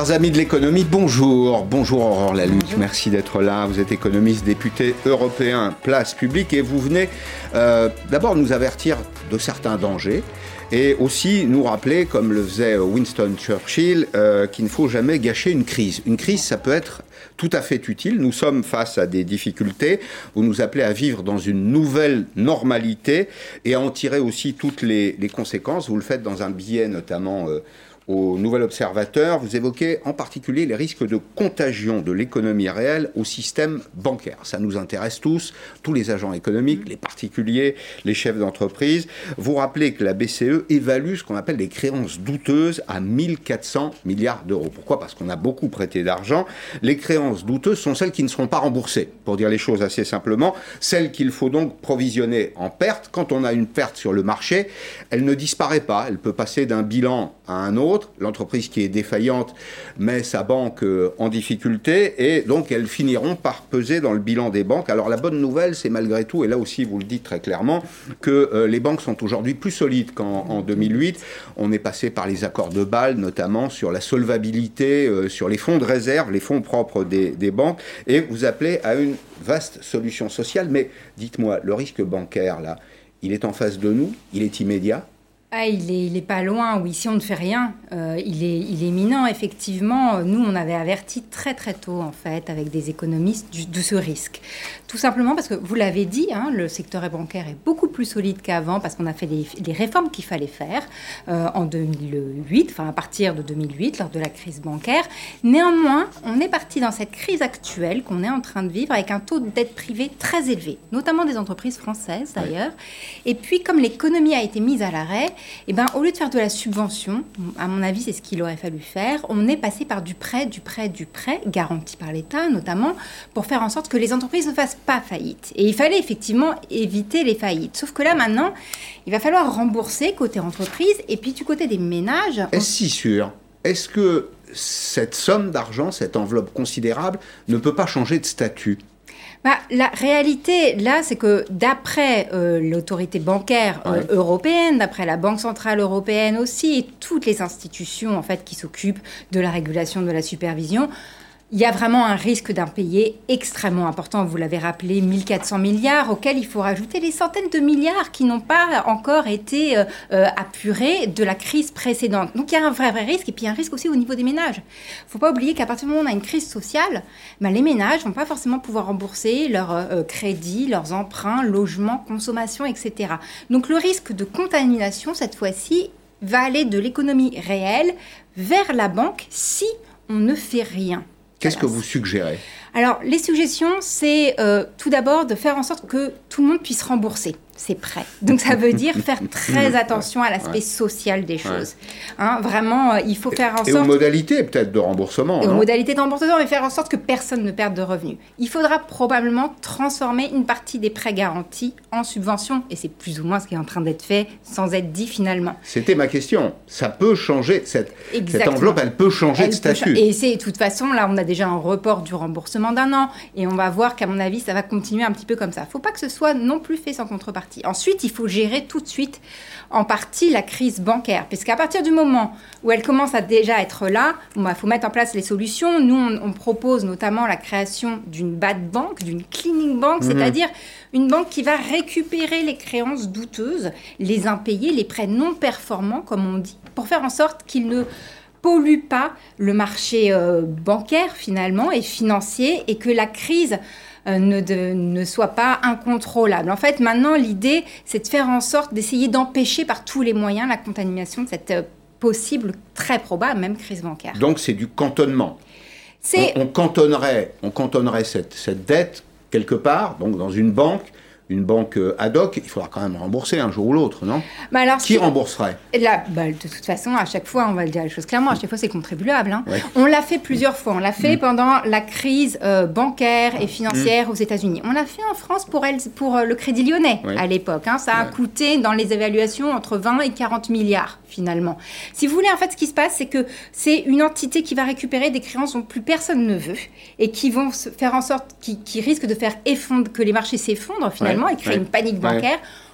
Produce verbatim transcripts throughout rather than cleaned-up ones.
Chers amis de l'économie, bonjour. Bonjour Aurore Laluc, merci d'être là. Vous êtes économiste, député européen, place publique et vous venez euh, d'abord nous avertir de certains dangers et aussi nous rappeler, comme le faisait Winston Churchill, euh, qu'il ne faut jamais gâcher une crise. Une crise, ça peut être tout à fait utile. Nous sommes face à des difficultés. Vous nous appelez à vivre dans une nouvelle normalité et à en tirer aussi toutes les, les conséquences. Vous le faites dans un billet notamment euh, au Nouvel Observateur. Vous évoquez en particulier les risques de contagion de l'économie réelle au système bancaire. Ça nous intéresse tous, tous les agents économiques, les particuliers, les chefs d'entreprise. Vous rappelez que la B C E évalue ce qu'on appelle les créances douteuses à mille quatre cents milliards d'euros. Pourquoi ? Parce qu'on a beaucoup prêté d'argent. Les créances douteuses sont celles qui ne seront pas remboursées, pour dire les choses assez simplement. Celles qu'il faut donc provisionner en perte. Quand on a une perte sur le marché, elle ne disparaît pas. Elle peut passer d'un bilan à un autre. L'entreprise qui est défaillante met sa banque en difficulté et donc elles finiront par peser dans le bilan des banques. Alors la bonne nouvelle, c'est malgré tout, et là aussi vous le dites très clairement, que euh, les banques sont aujourd'hui plus solides qu'en en deux mille huit. On est passé par les accords de Bâle, notamment sur la solvabilité, euh, sur les fonds de réserve, les fonds propres des, des banques, et vous appelez à une vaste solution sociale. Mais dites-moi, le risque bancaire, là, il est en face de nous, il est immédiat ? Ah, il est, il est pas loin, oui, si on ne fait rien, euh, il est, il est imminent, effectivement. Nous, on avait averti très très tôt, en fait, avec des économistes, du, de ce risque. Tout simplement parce que, vous l'avez dit, hein, le secteur bancaire est beaucoup plus solide qu'avant, parce qu'on a fait les, les réformes qu'il fallait faire euh, en deux mille huit, enfin à partir de deux mille huit, lors de la crise bancaire. Néanmoins, on est parti dans cette crise actuelle qu'on est en train de vivre avec un taux de dette privée très élevé, notamment des entreprises françaises, d'ailleurs. Ouais. Et puis, comme l'économie a été mise à l'arrêt, eh ben, au lieu de faire de la subvention, à mon avis, c'est ce qu'il aurait fallu faire, on est passé par du prêt, du prêt, du prêt, garanti par l'État notamment, pour faire en sorte que les entreprises ne fassent pas faillite. Et il fallait effectivement éviter les faillites. Sauf que là, maintenant, il va falloir rembourser côté entreprise et puis du côté des ménages. Est-ce on... si sûr ? Est-ce que cette somme d'argent, cette enveloppe considérable, ne peut pas changer de statut ? Bah, la réalité, là, c'est que d'après euh, l'autorité bancaire euh, ouais. européenne, d'après la Banque centrale européenne aussi, et toutes les institutions en fait, qui s'occupent de la régulation, de la supervision, il y a vraiment un risque d'impayé extrêmement important. Vous l'avez rappelé, mille quatre cents milliards, auxquels il faut rajouter les centaines de milliards qui n'ont pas encore été euh, euh, apurés de la crise précédente. Donc il y a un vrai, vrai risque, et puis un risque aussi au niveau des ménages. Il ne faut pas oublier qu'à partir du moment où on a une crise sociale, ben, les ménages ne vont pas forcément pouvoir rembourser leurs euh, crédits, leurs emprunts, logements, consommation, et cetera. Donc le risque de contamination, cette fois-ci, va aller de l'économie réelle vers la banque si on ne fait rien. Qu'est-ce que vous suggérez ? Alors, les suggestions, c'est euh, tout d'abord de faire en sorte que tout le monde puisse rembourser ses prêts. Donc, ça veut dire faire très attention à l'aspect ouais. social des choses. Ouais. Hein, vraiment, euh, il faut faire en et, sorte... Et aux modalités, peut-être, de remboursement. Et non aux modalités de remboursement, mais faire en sorte que personne ne perde de revenus. Il faudra probablement transformer une partie des prêts garantis en subventions. Et c'est plus ou moins ce qui est en train d'être fait, sans être dit finalement. C'était ma question. Ça peut changer, cette, cette enveloppe, elle peut changer elle de statut. Cha- et c'est, de toute façon, là, on a déjà un report du remboursement d'un an. Et on va voir qu'à mon avis, ça va continuer un petit peu comme ça. Il ne faut pas que ce soit non plus fait sans contrepartie. Ensuite, il faut gérer tout de suite, en partie, la crise bancaire. Puisqu'à partir du moment où elle commence à déjà être là, il bah, faut mettre en place les solutions. Nous, on, on propose notamment la création d'une bad bank, d'une cleaning bank, mmh. c'est-à-dire une banque qui va récupérer les créances douteuses, les impayés, les prêts non performants, comme on dit, pour faire en sorte qu'ils ne pollue pas le marché euh, bancaire finalement et financier et que la crise euh, ne, de, ne soit pas incontrôlable. En fait, maintenant, l'idée, c'est de faire en sorte d'essayer d'empêcher par tous les moyens la contamination de cette euh, possible, très probable, même crise bancaire. Donc, c'est du cantonnement. C'est... On, on cantonnerait, on cantonnerait cette, cette dette quelque part, donc dans une banque, une banque ad hoc, il faudra quand même rembourser un jour ou l'autre, non ? bah alors, Qui rembourserait ? Là, bah, de toute façon, à chaque fois, on va le dire les choses clairement, à chaque fois, c'est contribuable. Hein. Ouais. On l'a fait plusieurs fois. On l'a fait mmh. pendant la crise euh, bancaire et financière mmh. aux États-Unis. On l'a fait en France pour, elle, pour euh, le Crédit Lyonnais, ouais. à l'époque. Hein. Ça a ouais. coûté, dans les évaluations, entre vingt et quarante milliards, finalement. Si vous voulez, en fait, ce qui se passe, c'est que c'est une entité qui va récupérer des créances dont plus personne ne veut et qui vont faire en sorte, qui, qui risquent de faire effondre, que les marchés s'effondrent, finalement, ouais. et créer ouais. une panique bancaire. Ouais.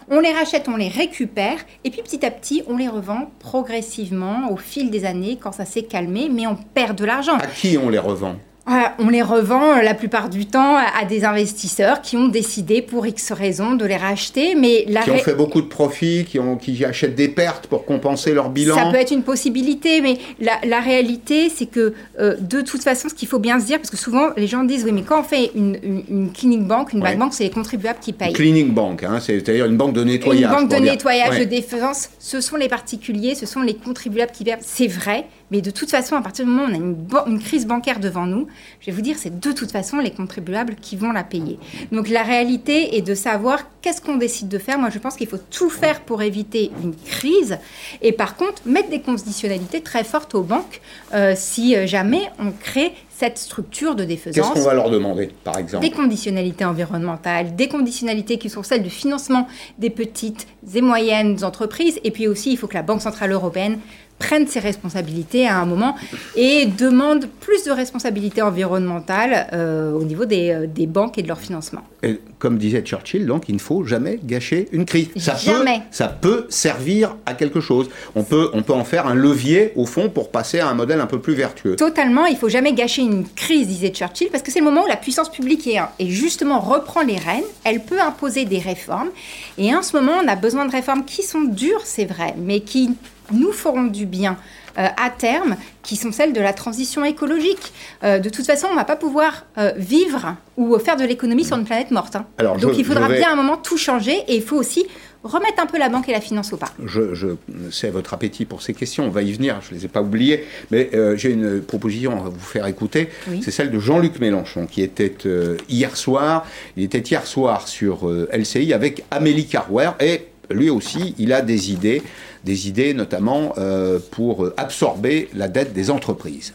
On les rachète, on les récupère, et puis petit à petit, on les revend progressivement au fil des années quand ça s'est calmé, mais on perd de l'argent. À qui on les revend ? On les revend la plupart du temps à des investisseurs qui ont décidé pour X raisons de les racheter. Mais la qui ont fait beaucoup de profits, qui, ont, qui achètent des pertes pour compenser leur bilan. Ça peut être une possibilité, mais la, la réalité, c'est que euh, de toute façon, ce qu'il faut bien se dire, parce que souvent les gens disent, oui, mais quand on fait une, une, une clinic bank, une ouais. black bank, c'est les contribuables qui payent. Une clinic bank, hein, c'est-à-dire une banque de nettoyage. Une banque de dire. nettoyage, ouais. de défense, ce sont les particuliers, ce sont les contribuables qui payent. C'est vrai. Mais de toute façon, à partir du moment où on a une, bo- une crise bancaire devant nous, je vais vous dire, c'est de toute façon les contribuables qui vont la payer. Donc la réalité est de savoir qu'est-ce qu'on décide de faire. Moi, je pense qu'il faut tout faire pour éviter une crise. Et par contre, mettre des conditionnalités très fortes aux banques euh, si jamais on crée cette structure de défaisance. Qu'est-ce qu'on va leur demander, par exemple ? Des conditionnalités environnementales, des conditionnalités qui sont celles du financement des petites et moyennes entreprises. Et puis aussi, il faut que la Banque Centrale Européenne prenne ses responsabilités à un moment et demande plus de responsabilités environnementales euh, au niveau des, euh, des banques et de leur financement. Et comme disait Churchill, donc, il ne faut jamais gâcher une crise. Ça jamais. Peut, ça peut servir à quelque chose. On peut, on peut en faire un levier, au fond, pour passer à un modèle un peu plus vertueux. Totalement. Il ne faut jamais gâcher une crise, disait Churchill, parce que c'est le moment où la puissance publique est, et justement reprend les rênes. Elle peut imposer des réformes. Et en ce moment, on a besoin de réformes qui sont dures, c'est vrai, mais qui nous feront du bien euh, à terme, qui sont celles de la transition écologique. Euh, de toute façon, on ne va pas pouvoir euh, vivre ou faire de l'économie sur une planète morte. Hein. Alors, Donc je, il faudra vais... bien à un moment tout changer et il faut aussi remettre un peu la banque et la finance au pas. Je, je sais votre appétit pour ces questions, on va y venir, je ne les ai pas oubliées, mais euh, j'ai une proposition à vous faire écouter, oui. C'est celle de Jean-Luc Mélenchon, qui était euh, hier soir, il était hier soir sur euh, L C I avec Amélie Carrouer, et lui aussi, il a des idées, des idées notamment euh, pour absorber la dette des entreprises.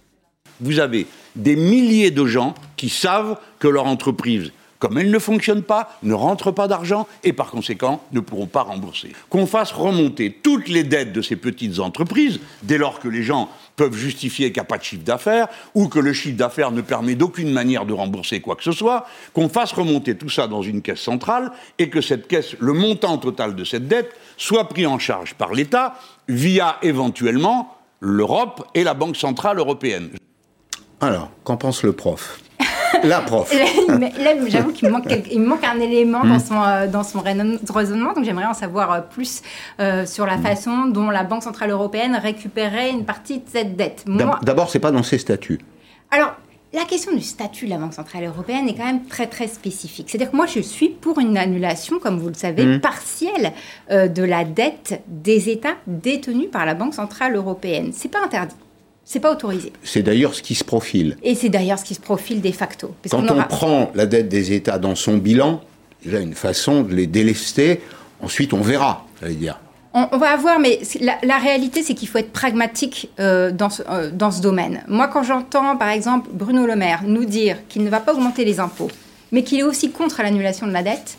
Vous avez des milliers de gens qui savent que leur entreprise, comme elle ne fonctionne pas, ne rentre pas d'argent et par conséquent ne pourront pas rembourser. Qu'on fasse remonter toutes les dettes de ces petites entreprises, dès lors que les gens peuvent justifier qu'il n'y a pas de chiffre d'affaires ou que le chiffre d'affaires ne permet d'aucune manière de rembourser quoi que ce soit, qu'on fasse remonter tout ça dans une caisse centrale et que cette caisse, le montant total de cette dette, soit pris en charge par l'État via éventuellement l'Europe et la Banque Centrale Européenne. Alors, qu'en pense le prof ? La prof. Là, là, j'avoue qu'il me manque, il me manque un élément dans son, euh, dans son raisonnement, donc j'aimerais en savoir plus euh, sur la façon dont la Banque Centrale Européenne récupérait une partie de cette dette. Moi, D'abord, c'est pas dans ses statuts. Alors, la question du statut de la Banque Centrale Européenne est quand même très, très spécifique. C'est-à-dire que moi, je suis pour une annulation, comme vous le savez, mmh. partielle euh, de la dette des États détenus par la Banque Centrale Européenne. C'est pas interdit. C'est pas autorisé. C'est d'ailleurs ce qui se profile. Et c'est d'ailleurs ce qui se profile de facto. Parce Quand on, aura... on prend la dette des États dans son bilan, il y a une façon de les délester. Ensuite, on verra, j'allais dire. On, on va avoir, mais la, la réalité, c'est qu'il faut être pragmatique euh, dans, ce, euh, dans ce domaine. Moi, quand j'entends, par exemple, Bruno Le Maire nous dire qu'il ne va pas augmenter les impôts, mais qu'il est aussi contre l'annulation de la dette,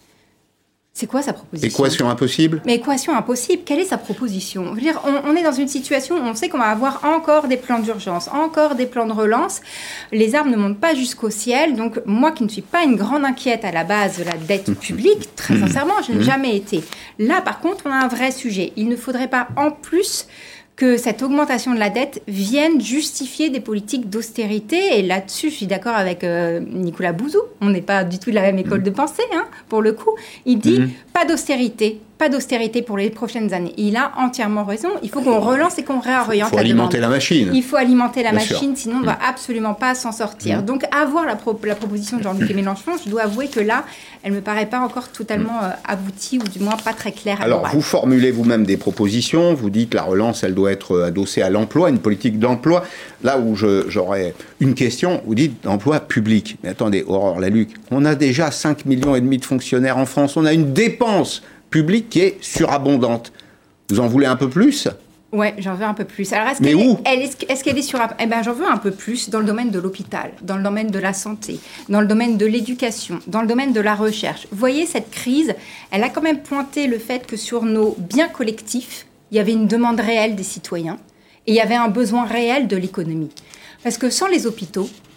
c'est quoi sa proposition ? Équation impossible ? Mais équation impossible, quelle est sa proposition ? Je veux dire, on, on est dans une situation où on sait qu'on va avoir encore des plans d'urgence, encore des plans de relance. Les arbres ne montent pas jusqu'au ciel. Donc, moi qui ne suis pas une grande inquiète à la base de la dette publique, très sincèrement, je n'ai jamais été. Là, par contre, on a un vrai sujet. Il ne faudrait pas, en plus, que cette augmentation de la dette vienne justifier des politiques d'austérité. Et là-dessus, je suis d'accord avec euh, Nicolas Bouzou. On n'est pas du tout de la même école de pensée, hein, pour le coup. Il dit mmh. pas d'austérité, pas d'austérité pour les prochaines années. Il a entièrement raison. Il faut qu'on relance et qu'on réoriente la demande. Il faut alimenter la machine. Il faut alimenter la Bien machine, sûr. sinon on ne va absolument pas s'en sortir. Mmh. Donc, avoir la, pro- la proposition de Jean-Luc Mélenchon, je dois avouer que là, elle ne me paraît pas encore totalement euh, aboutie, ou du moins pas très claire. Alors, l'oral. Vous formulez vous-même des propositions. Vous dites que la relance, elle doit être adossée à l'emploi, une politique d'emploi. Là où je, j'aurais une question, vous dites d'emploi public. Mais attendez, Aurore Lalucq, on a déjà cinq millions et demi de fonctionnaires en France. On a une dépense publique qui est surabondante. Vous en voulez un peu plus ? Ouais, j'en veux un peu plus. Alors, est-ce Mais qu'elle où est, elle, est-ce, est-ce qu'elle est sur... Eh ben, j'en veux un peu plus dans le domaine de l'hôpital, dans le domaine de la santé, dans le domaine de l'éducation, dans le domaine de la recherche. Vous voyez, cette crise, elle a quand même pointé le fait que sur nos biens collectifs, il y avait une demande réelle des citoyens et il y avait un besoin réel de l'économie. Parce que sans les hôpitaux,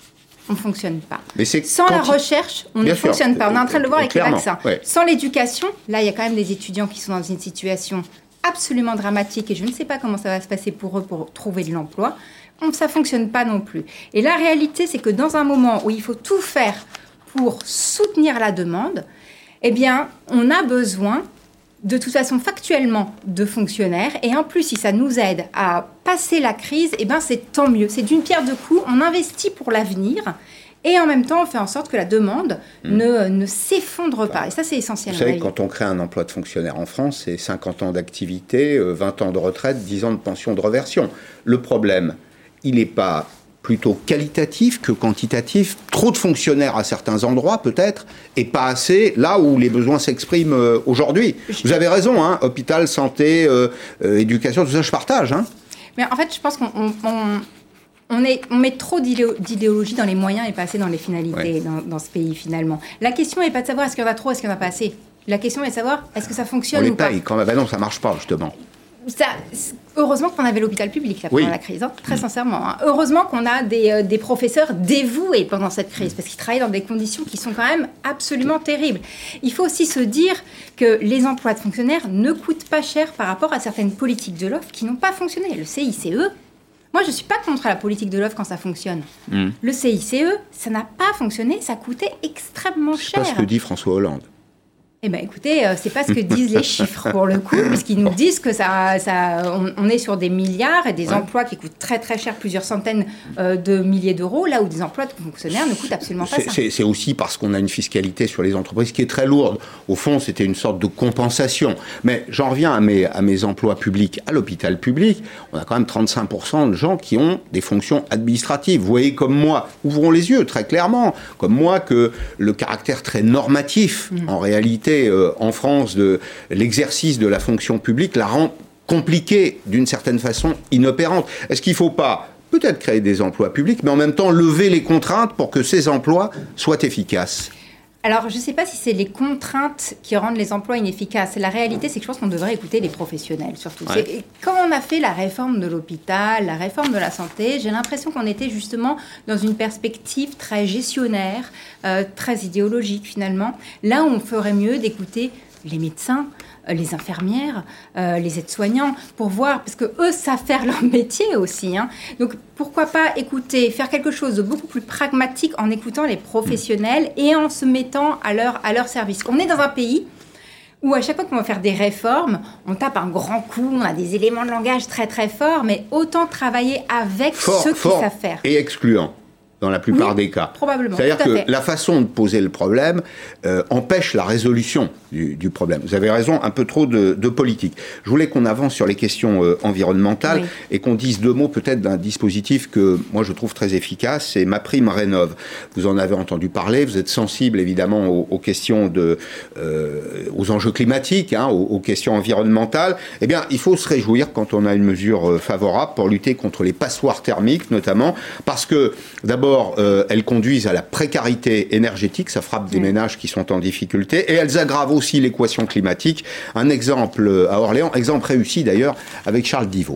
on ne fonctionne pas. Mais c'est Sans quanti... la recherche, on Bien ne sûr. fonctionne pas. On est en train de le voir avec Clairement, les vaccins. Ouais. Sans l'éducation, là, il y a quand même des étudiants qui sont dans une situation absolument dramatique et je ne sais pas comment ça va se passer pour eux pour trouver de l'emploi. Ça ne fonctionne pas non plus. Et la réalité, c'est que dans un moment où il faut tout faire pour soutenir la demande, eh bien, on a besoin, de toute façon, factuellement, de fonctionnaires. Et en plus, si ça nous aide à passer la crise, eh bien, c'est tant mieux. C'est d'une pierre deux coups. On investit pour l'avenir. Et en même temps, on fait en sorte que la demande mmh. ne, ne s'effondre pas. Et ça, c'est essentiel. Vous savez, quand on crée un emploi de fonctionnaire en France, c'est cinquante ans d'activité, vingt ans de retraite, dix ans de pension de reversion. Le problème, il n'est pas plutôt qualitatif que quantitatif. Trop de fonctionnaires à certains endroits, peut-être, et pas assez là où les besoins s'expriment euh, aujourd'hui. Je... Vous avez raison, hein, hôpital, santé, euh, euh, éducation, tout ça, je partage. Hein. Mais en fait, je pense qu'on... On, on... On, est, on met trop d'idéologie dans les moyens et pas assez dans les finalités ouais. dans, dans ce pays, finalement. La question n'est pas de savoir est-ce qu'il y en a trop, est-ce qu'il n'y en a pas assez. La question est de savoir est-ce que ça fonctionne ou pas. On les paye quand même. Ben non, ça ne marche pas, justement. Ça, heureusement qu'on avait l'hôpital public là, pendant oui. la crise, hein, très mmh. sincèrement. Hein. Heureusement qu'on a des, euh, des professeurs dévoués pendant cette crise, parce qu'ils travaillent dans des conditions qui sont quand même absolument terribles. Il faut aussi se dire que les emplois de fonctionnaires ne coûtent pas cher par rapport à certaines politiques de l'offre qui n'ont pas fonctionné. Le C I C E... Moi, je ne suis pas contre la politique de l'offre quand ça fonctionne. Mmh. Le C I C E, ça n'a pas fonctionné, ça coûtait extrêmement cher. C'est pas ce que dit François Hollande. Eh bien, écoutez, euh, c'est pas ce que disent les chiffres, pour le coup, puisqu'ils nous disent que ça, ça, on, on est sur des milliards et des ouais. emplois qui coûtent très, très cher, plusieurs centaines euh, de milliers d'euros, là où des emplois de fonctionnaires ne coûtent absolument pas c'est, ça. C'est, c'est aussi parce qu'on a une fiscalité sur les entreprises qui est très lourde. Au fond, c'était une sorte de compensation. Mais j'en reviens à mes, à mes emplois publics. À l'hôpital public, on a quand même trente-cinq pour cent de gens qui ont des fonctions administratives. Vous voyez, comme moi, ouvrons les yeux, très clairement, comme moi, que le caractère très normatif, mmh. en réalité, Euh, en France, de l'exercice de la fonction publique la rend compliquée, d'une certaine façon inopérante. Est-ce qu'il ne faut pas peut-être créer des emplois publics, mais en même temps lever les contraintes pour que ces emplois soient efficaces ? Alors, je ne sais pas si c'est les contraintes qui rendent les emplois inefficaces. La réalité, c'est que je pense qu'on devrait écouter les professionnels, surtout. Ouais. C'est, quand on a fait la réforme de l'hôpital, la réforme de la santé, j'ai l'impression qu'on était justement dans une perspective très gestionnaire, euh, très idéologique, finalement. Là où on ferait mieux d'écouter les médecins, les infirmières, euh, les aides-soignants, pour voir, parce qu'eux savent faire leur métier aussi. Hein. Donc, pourquoi pas écouter, faire quelque chose de beaucoup plus pragmatique en écoutant les professionnels et en se mettant à leur, à leur service. On est dans un pays où à chaque fois qu'on va faire des réformes, on tape un grand coup, on a des éléments de langage très très forts, mais autant travailler avec fort, ceux fort qui savent faire. Et excluant. Dans la plupart oui, des cas. Probablement. C'est-à-dire que fait. La façon de poser le problème euh, empêche la résolution du, du problème. Vous avez raison, un peu trop de, de politique. Je voulais qu'on avance sur les questions euh, environnementales oui. et qu'on dise deux mots peut-être d'un dispositif que moi je trouve très efficace, c'est MaPrimeRénov'. Vous en avez entendu parler, vous êtes sensible évidemment aux, aux questions de, euh, aux enjeux climatiques, hein, aux, aux questions environnementales. Eh bien, il faut se réjouir quand on a une mesure euh, favorable pour lutter contre les passoires thermiques notamment, parce que d'abord Euh, elles conduisent à la précarité énergétique, ça frappe des mmh. ménages qui sont en difficulté, et elles aggravent aussi l'équation climatique. Un exemple à Orléans, exemple réussi d'ailleurs avec Charles Divot.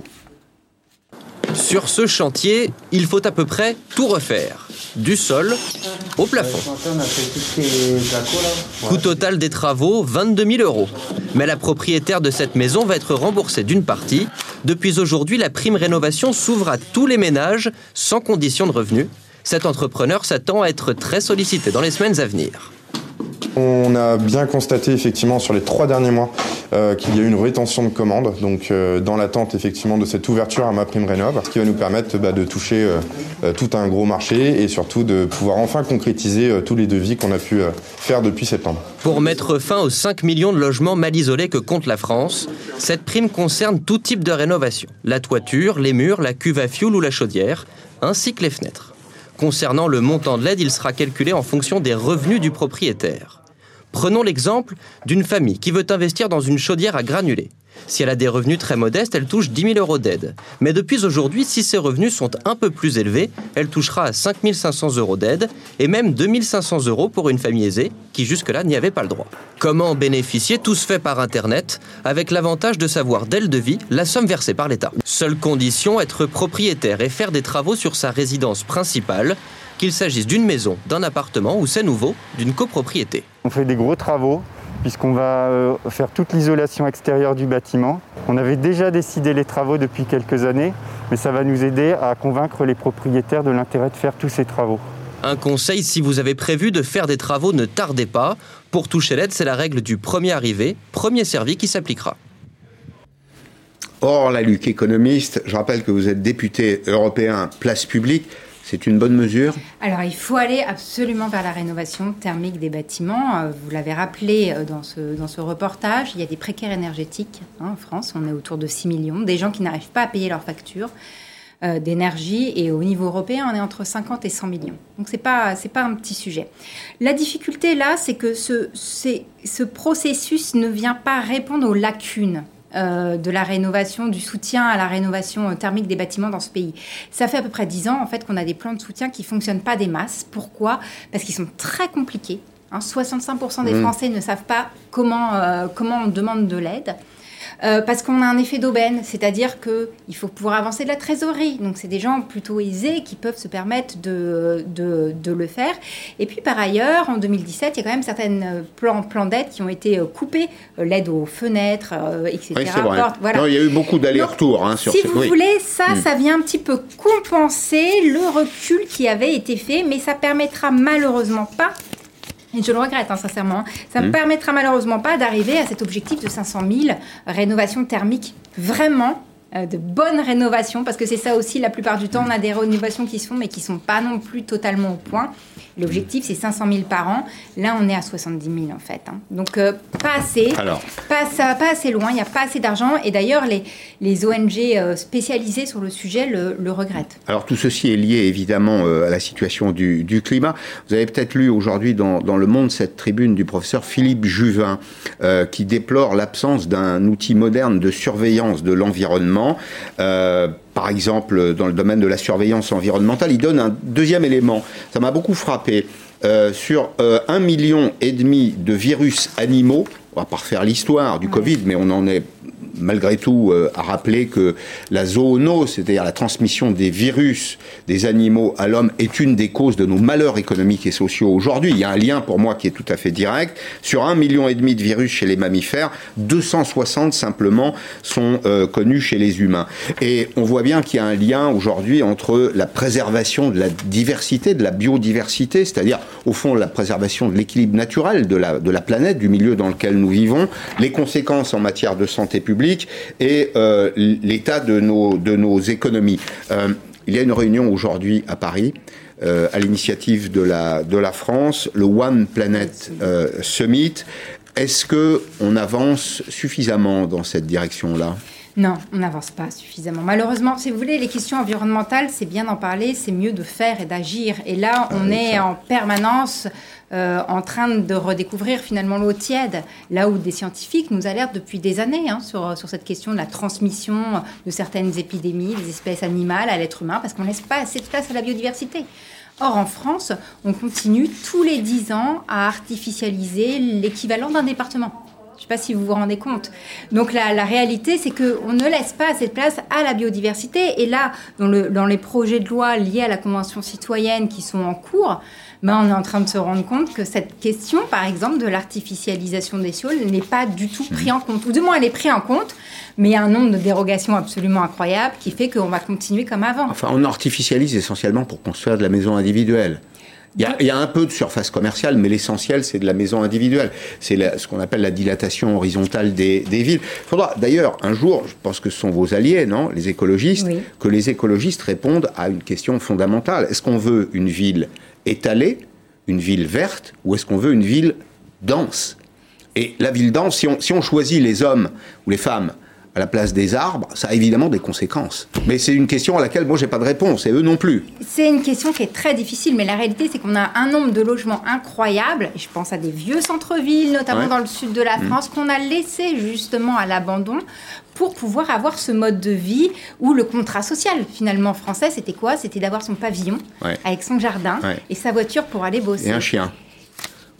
Sur ce chantier, il faut à peu près tout refaire, du sol au plafond. Coût total des travaux, vingt-deux mille euros. Mais la propriétaire de cette maison va être remboursée d'une partie. Depuis aujourd'hui, la prime rénovation s'ouvre à tous les ménages sans condition de revenu. Cet entrepreneur s'attend à être très sollicité dans les semaines à venir. On a bien constaté effectivement sur les trois derniers mois euh, qu'il y a eu une rétention de commandes, donc euh, dans l'attente effectivement de cette ouverture à MaPrimeRénov', ce qui va nous permettre bah, de toucher euh, tout un gros marché et surtout de pouvoir enfin concrétiser euh, tous les devis qu'on a pu euh, faire depuis septembre. Pour mettre fin aux cinq millions de logements mal isolés que compte la France, cette prime concerne tout type de rénovation, la toiture, les murs, la cuve à fioul ou la chaudière, ainsi que les fenêtres. Concernant le montant de l'aide, il sera calculé en fonction des revenus du propriétaire. Prenons l'exemple d'une famille qui veut investir dans une chaudière à granulés. Si elle a des revenus très modestes, elle touche dix mille euros d'aide. Mais depuis aujourd'hui, si ses revenus sont un peu plus élevés, elle touchera à cinq mille cinq cents euros d'aide et même deux mille cinq cents euros pour une famille aisée qui jusque-là n'y avait pas le droit. Comment en bénéficier? Tout se fait par Internet, avec l'avantage de savoir dès le devis la somme versée par l'État. Seule condition, être propriétaire et faire des travaux sur sa résidence principale, qu'il s'agisse d'une maison, d'un appartement ou, c'est nouveau, d'une copropriété. On fait des gros travaux puisqu'on va euh, faire toute l'isolation extérieure du bâtiment. On avait déjà décidé les travaux depuis quelques années, mais ça va nous aider à convaincre les propriétaires de l'intérêt de faire tous ces travaux. Un conseil, si vous avez prévu de faire des travaux, ne tardez pas. Pour toucher l'aide, c'est la règle du premier arrivé, premier servi qui s'appliquera. Or, la Luc, économiste, je rappelle que vous êtes député européen place publique. C'est une bonne mesure ? Alors, il faut aller absolument vers la rénovation thermique des bâtiments. Vous l'avez rappelé dans ce, dans ce reportage, il y a des précaires énergétiques hein, en France. On est autour de six millions. Des gens qui n'arrivent pas à payer leurs factures euh, d'énergie. Et au niveau européen, on est entre cinquante et cent millions. Donc, ce n'est pas, c'est pas un petit sujet. La difficulté, là, c'est que ce, c'est, ce processus ne vient pas répondre aux lacunes Euh, de la rénovation, du soutien à la rénovation thermique des bâtiments dans ce pays. Ça fait à peu près dix ans en fait, qu'on a des plans de soutien qui ne fonctionnent pas des masses. Pourquoi ? Parce qu'ils sont très compliqués. Hein. soixante-cinq pour cent des Français mmh. ne savent pas comment, euh, comment on demande de l'aide. Euh, parce qu'on a un effet d'aubaine, c'est-à-dire qu'il faut pouvoir avancer de la trésorerie. Donc, c'est des gens plutôt aisés qui peuvent se permettre de, de, de le faire. Et puis, par ailleurs, en deux mille dix-sept, il y a quand même certains plans, plans d'aide qui ont été coupés, l'aide aux fenêtres, euh, et cetera. Oui, c'est vrai. Porte, voilà. Non, il y a eu beaucoup d'allers-retours. Hein, sur si ce... vous oui. voulez, ça, mmh. ça vient un petit peu compenser le recul qui avait été fait, mais ça permettra malheureusement pas, et je le regrette hein, sincèrement, ça ne mmh. permettra malheureusement pas d'arriver à cet objectif de cinq cent mille rénovations thermiques vraiment euh, de bonnes rénovations, parce que c'est ça aussi, la plupart du temps, on a des rénovations qui se font, mais qui ne sont pas non plus totalement au point. L'objectif, c'est cinq cent mille par an. Là, on est à soixante-dix mille, en fait. Hein. Donc, euh, pas assez. Alors. Pas, ça va pas assez loin. Il n'y a pas assez d'argent. Et d'ailleurs, les, les O N G euh, spécialisées sur le sujet le, le regrettent. Alors, tout ceci est lié, évidemment, euh, à la situation du, du climat. Vous avez peut-être lu aujourd'hui dans, dans Le Monde cette tribune du professeur Philippe Juvin, euh, qui déplore l'absence d'un outil moderne de surveillance de l'environnement. Euh, Par exemple, dans le domaine de la surveillance environnementale, il donne un deuxième élément. Ça m'a beaucoup frappé. Euh, sur euh, un million et demi de virus animaux, on va pas refaire l'histoire du Covid, mais on en est malgré tout euh, à rappeler que la zoonose, c'est-à-dire la transmission des virus des animaux à l'homme, est une des causes de nos malheurs économiques et sociaux aujourd'hui. Il y a un lien pour moi qui est tout à fait direct. Sur un million et demi de virus chez les mammifères, deux cent soixante simplement sont euh, connus chez les humains. Et on voit bien qu'il y a un lien aujourd'hui entre la préservation de la diversité, de la biodiversité, c'est-à-dire au fond la préservation de l'équilibre naturel de la, de la planète, du milieu dans lequel nous vivons, les conséquences en matière de santé publique et euh, l'état de nos, de nos économies. Euh, il y a une réunion aujourd'hui à Paris, euh, à l'initiative de la, de la France, le One Planet euh, Summit. Est-ce qu'on avance suffisamment dans cette direction-là ? Non, on n'avance pas suffisamment. Malheureusement, si vous voulez, les questions environnementales, c'est bien d'en parler, c'est mieux de faire et d'agir. Et là, on ah, est ça. en permanence euh, en train de redécouvrir finalement l'eau tiède, là où des scientifiques nous alertent depuis des années hein, sur, sur cette question de la transmission de certaines épidémies, des espèces animales à l'être humain, parce qu'on ne laisse pas assez de place à la biodiversité. Or, en France, on continue tous les dix ans à artificialiser l'équivalent d'un département. Je ne sais pas si vous vous rendez compte. Donc la, la réalité, c'est qu'on ne laisse pas assez de place à la biodiversité. Et là, dans, le, dans les projets de loi liés à la Convention citoyenne qui sont en cours, ben on est en train de se rendre compte que cette question, par exemple, de l'artificialisation des sols n'est pas du tout prise en compte. Ou du moins, elle est prise en compte, mais il y a un nombre de dérogations absolument incroyable qui fait qu'on va continuer comme avant. Enfin, on artificialise essentiellement pour construire de la maison individuelle. Il y, a, il y a un peu de surface commerciale, mais l'essentiel, c'est de la maison individuelle. C'est la, ce qu'on appelle la dilatation horizontale des, des villes. Il faudra, d'ailleurs, un jour, je pense que ce sont vos alliés, non, les écologistes, oui. que les écologistes répondent à une question fondamentale. Est-ce qu'on veut une ville étalée, une ville verte, ou est-ce qu'on veut une ville dense ? Et la ville dense, si on, si on choisit les hommes ou les femmes à la place des arbres, ça a évidemment des conséquences. Mais c'est une question à laquelle moi, j'ai pas de réponse, et eux non plus. C'est une question qui est très difficile, mais la réalité, c'est qu'on a un nombre de logements incroyables, et je pense à des vieux centres-villes, notamment ouais. dans le sud de la France, mmh. qu'on a laissé justement à l'abandon pour pouvoir avoir ce mode de vie où le contrat social, finalement, français, c'était quoi ? C'était d'avoir son pavillon ouais. avec son jardin ouais. et sa voiture pour aller bosser. Et un chien.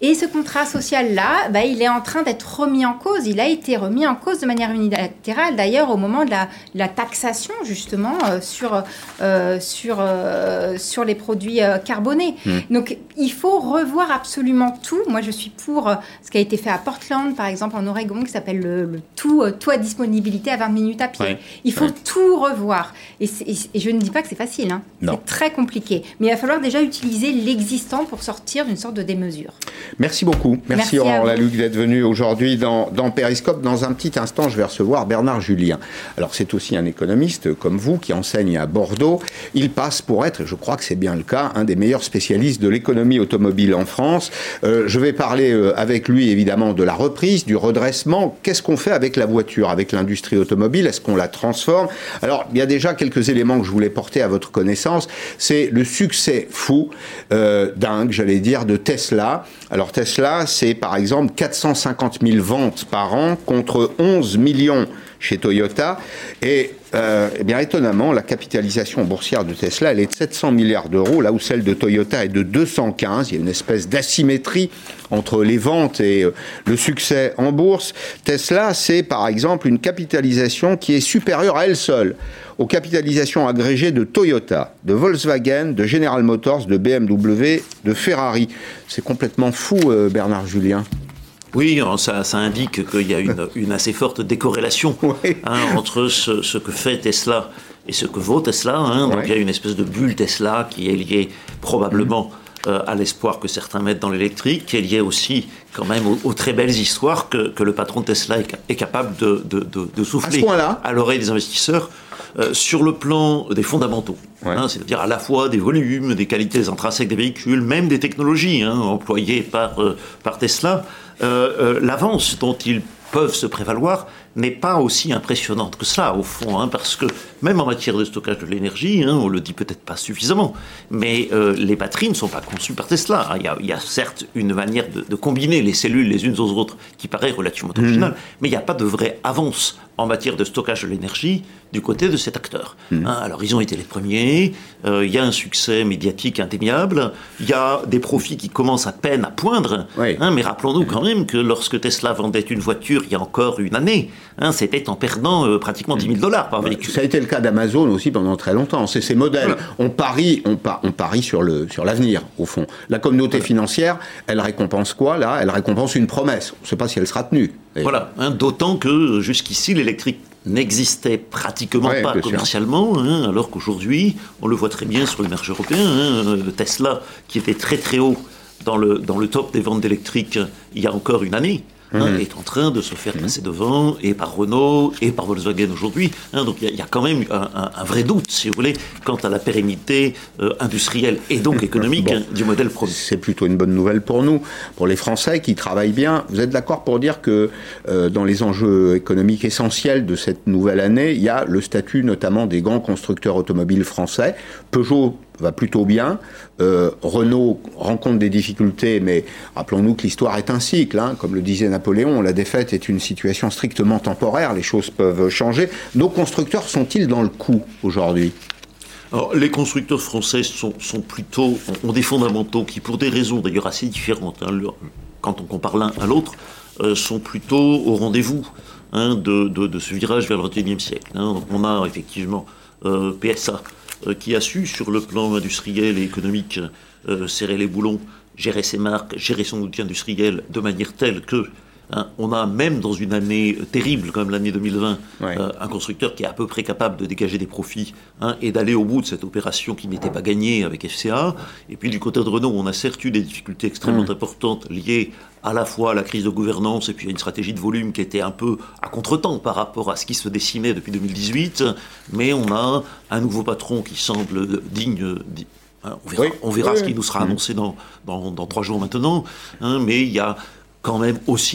Et ce contrat social-là, bah, il est en train d'être remis en cause. Il a été remis en cause de manière unilatérale, d'ailleurs, au moment de la, la taxation, justement, euh, sur, euh, sur, euh, sur les produits euh, carbonés. Mmh. Donc, il faut revoir absolument tout. Moi, je suis pour euh, ce qui a été fait à Portland, par exemple, en Oregon, qui s'appelle le, le tout, euh, tout à disponibilité à vingt minutes à pied. Ouais. Il faut ouais. tout revoir. Et, et, et je ne dis pas que c'est facile, hein. C'est très compliqué. Mais il va falloir déjà utiliser l'existant pour sortir d'une sorte de démesure. Merci beaucoup. Merci, Merci Aurore Laluc d'être venu aujourd'hui dans, dans Périscope. Dans un petit instant, je vais recevoir Bernard Julien. Alors, c'est aussi un économiste comme vous qui enseigne à Bordeaux. Il passe pour être, et je crois que c'est bien le cas, un des meilleurs spécialistes de l'économie automobile en France. Euh, je vais parler euh, avec lui, évidemment, de la reprise, du redressement. Qu'est-ce qu'on fait avec la voiture, avec l'industrie automobile? Est-ce qu'on la transforme? Alors, il y a déjà quelques éléments que je voulais porter à votre connaissance. C'est le succès fou, euh, dingue, j'allais dire, de Tesla. Alors, Tesla, c'est par exemple quatre cent cinquante mille ventes par an contre onze millions chez Toyota. Et euh, eh bien, étonnamment, la capitalisation boursière de Tesla, elle est de sept cents milliards d'euros, là où celle de Toyota est de deux cent quinze. Il y a une espèce d'asymétrie entre les ventes et euh, le succès en bourse. Tesla, c'est par exemple une capitalisation qui est supérieure à elle seule aux capitalisations agrégées de Toyota, de Volkswagen, de General Motors, de B M W, de Ferrari. C'est complètement fou, euh, Bernard Julien. Oui, ça, ça indique qu'il y a une, une assez forte décorrélation oui. hein, entre ce, ce que fait Tesla et ce que vaut Tesla. Hein. Donc oui. il y a une espèce de bulle Tesla qui est liée probablement mmh. euh, à l'espoir que certains mettent dans l'électrique, qui est liée aussi quand même aux, aux très belles histoires que, que le patron de Tesla est, est capable de, de, de, de souffler à, à l'oreille des investisseurs. Euh, sur le plan des fondamentaux, ouais. hein, c'est-à-dire à la fois des volumes, des qualités intrinsèques des véhicules, même des technologies hein, employées par, euh, par Tesla, euh, euh, l'avance dont ils peuvent se prévaloir n'est pas aussi impressionnante que cela, au fond, hein, parce que même en matière de stockage de l'énergie, hein, on le dit peut-être pas suffisamment, mais euh, les batteries ne sont pas conçues par Tesla. Il y a, il y a certes une manière de, de combiner les cellules les unes aux autres qui paraît relativement originale, mmh. mais il n'y a pas de vraie avance en matière de stockage de l'énergie du côté de cet acteur. Mmh. Hein, alors, ils ont été les premiers, euh, il y a un succès médiatique indéniable, il y a des profits qui commencent à peine à poindre, oui. hein, mais rappelons-nous quand même que lorsque Tesla vendait une voiture il y a encore une année, hein, c'était en perdant euh, pratiquement dix mille dollars par véhicule. Ça a été le cas d'Amazon aussi pendant très longtemps. C'est ces modèles. Voilà. On parie, on, par, on parie sur, le, sur l'avenir, au fond. La communauté voilà. financière, elle récompense quoi, là? Elle récompense une promesse. On ne sait pas si elle sera tenue. Et... Voilà. Hein, d'autant que jusqu'ici, l'électrique n'existait pratiquement ouais, pas commercialement, hein, alors qu'aujourd'hui, on le voit très bien sur le marché européen. Hein, Tesla, qui était très très haut dans le, dans le top des ventes d'électrique il y a encore une année, Hein, mmh. est en train de se faire passer devant, et par Renault, et par Volkswagen aujourd'hui. Hein, donc il y, y a quand même un, un, un vrai doute, si vous voulez, quant à la pérennité euh, industrielle et donc économique bon, du modèle produit. C'est plutôt une bonne nouvelle pour nous, pour les Français qui travaillent bien. Vous êtes d'accord pour dire que euh, dans les enjeux économiques essentiels de cette nouvelle année, il y a le statut notamment des grands constructeurs automobiles français. Peugeot va plutôt bien. Euh, Renault rencontre des difficultés, mais rappelons-nous que l'histoire est un cycle. Hein. Comme le disait Napoléon, la défaite est une situation strictement temporaire. Les choses peuvent changer. Nos constructeurs sont-ils dans le coup aujourd'hui ? Alors, les constructeurs français sont, sont plutôt, ont des fondamentaux qui, pour des raisons d'ailleurs assez différentes, hein, le, quand on compare l'un à l'autre, euh, sont plutôt au rendez-vous hein, de, de, de ce virage vers le vingt et unième siècle. Hein. Donc, on a effectivement euh, P S A euh, qui a su, sur le plan industriel et économique, euh, serrer les boulons, gérer ses marques, gérer son outil industriel de manière telle que Hein, on a même dans une année terrible comme l'année deux mille vingt, ouais. euh, un constructeur qui est à peu près capable de dégager des profits hein, et d'aller au bout de cette opération qui n'était pas gagnée avec F C A. Et puis du côté de Renault, on a certes eu des difficultés extrêmement mmh. importantes liées à la fois à la crise de gouvernance et puis à une stratégie de volume qui était un peu à contretemps par rapport à ce qui se dessinait depuis deux mille dix-huit. Mais on a un nouveau patron qui semble digne... digne hein, on verra, oui. on verra oui. ce qui nous sera annoncé dans, dans, dans trois jours maintenant. Hein, mais il y a... quand même aussi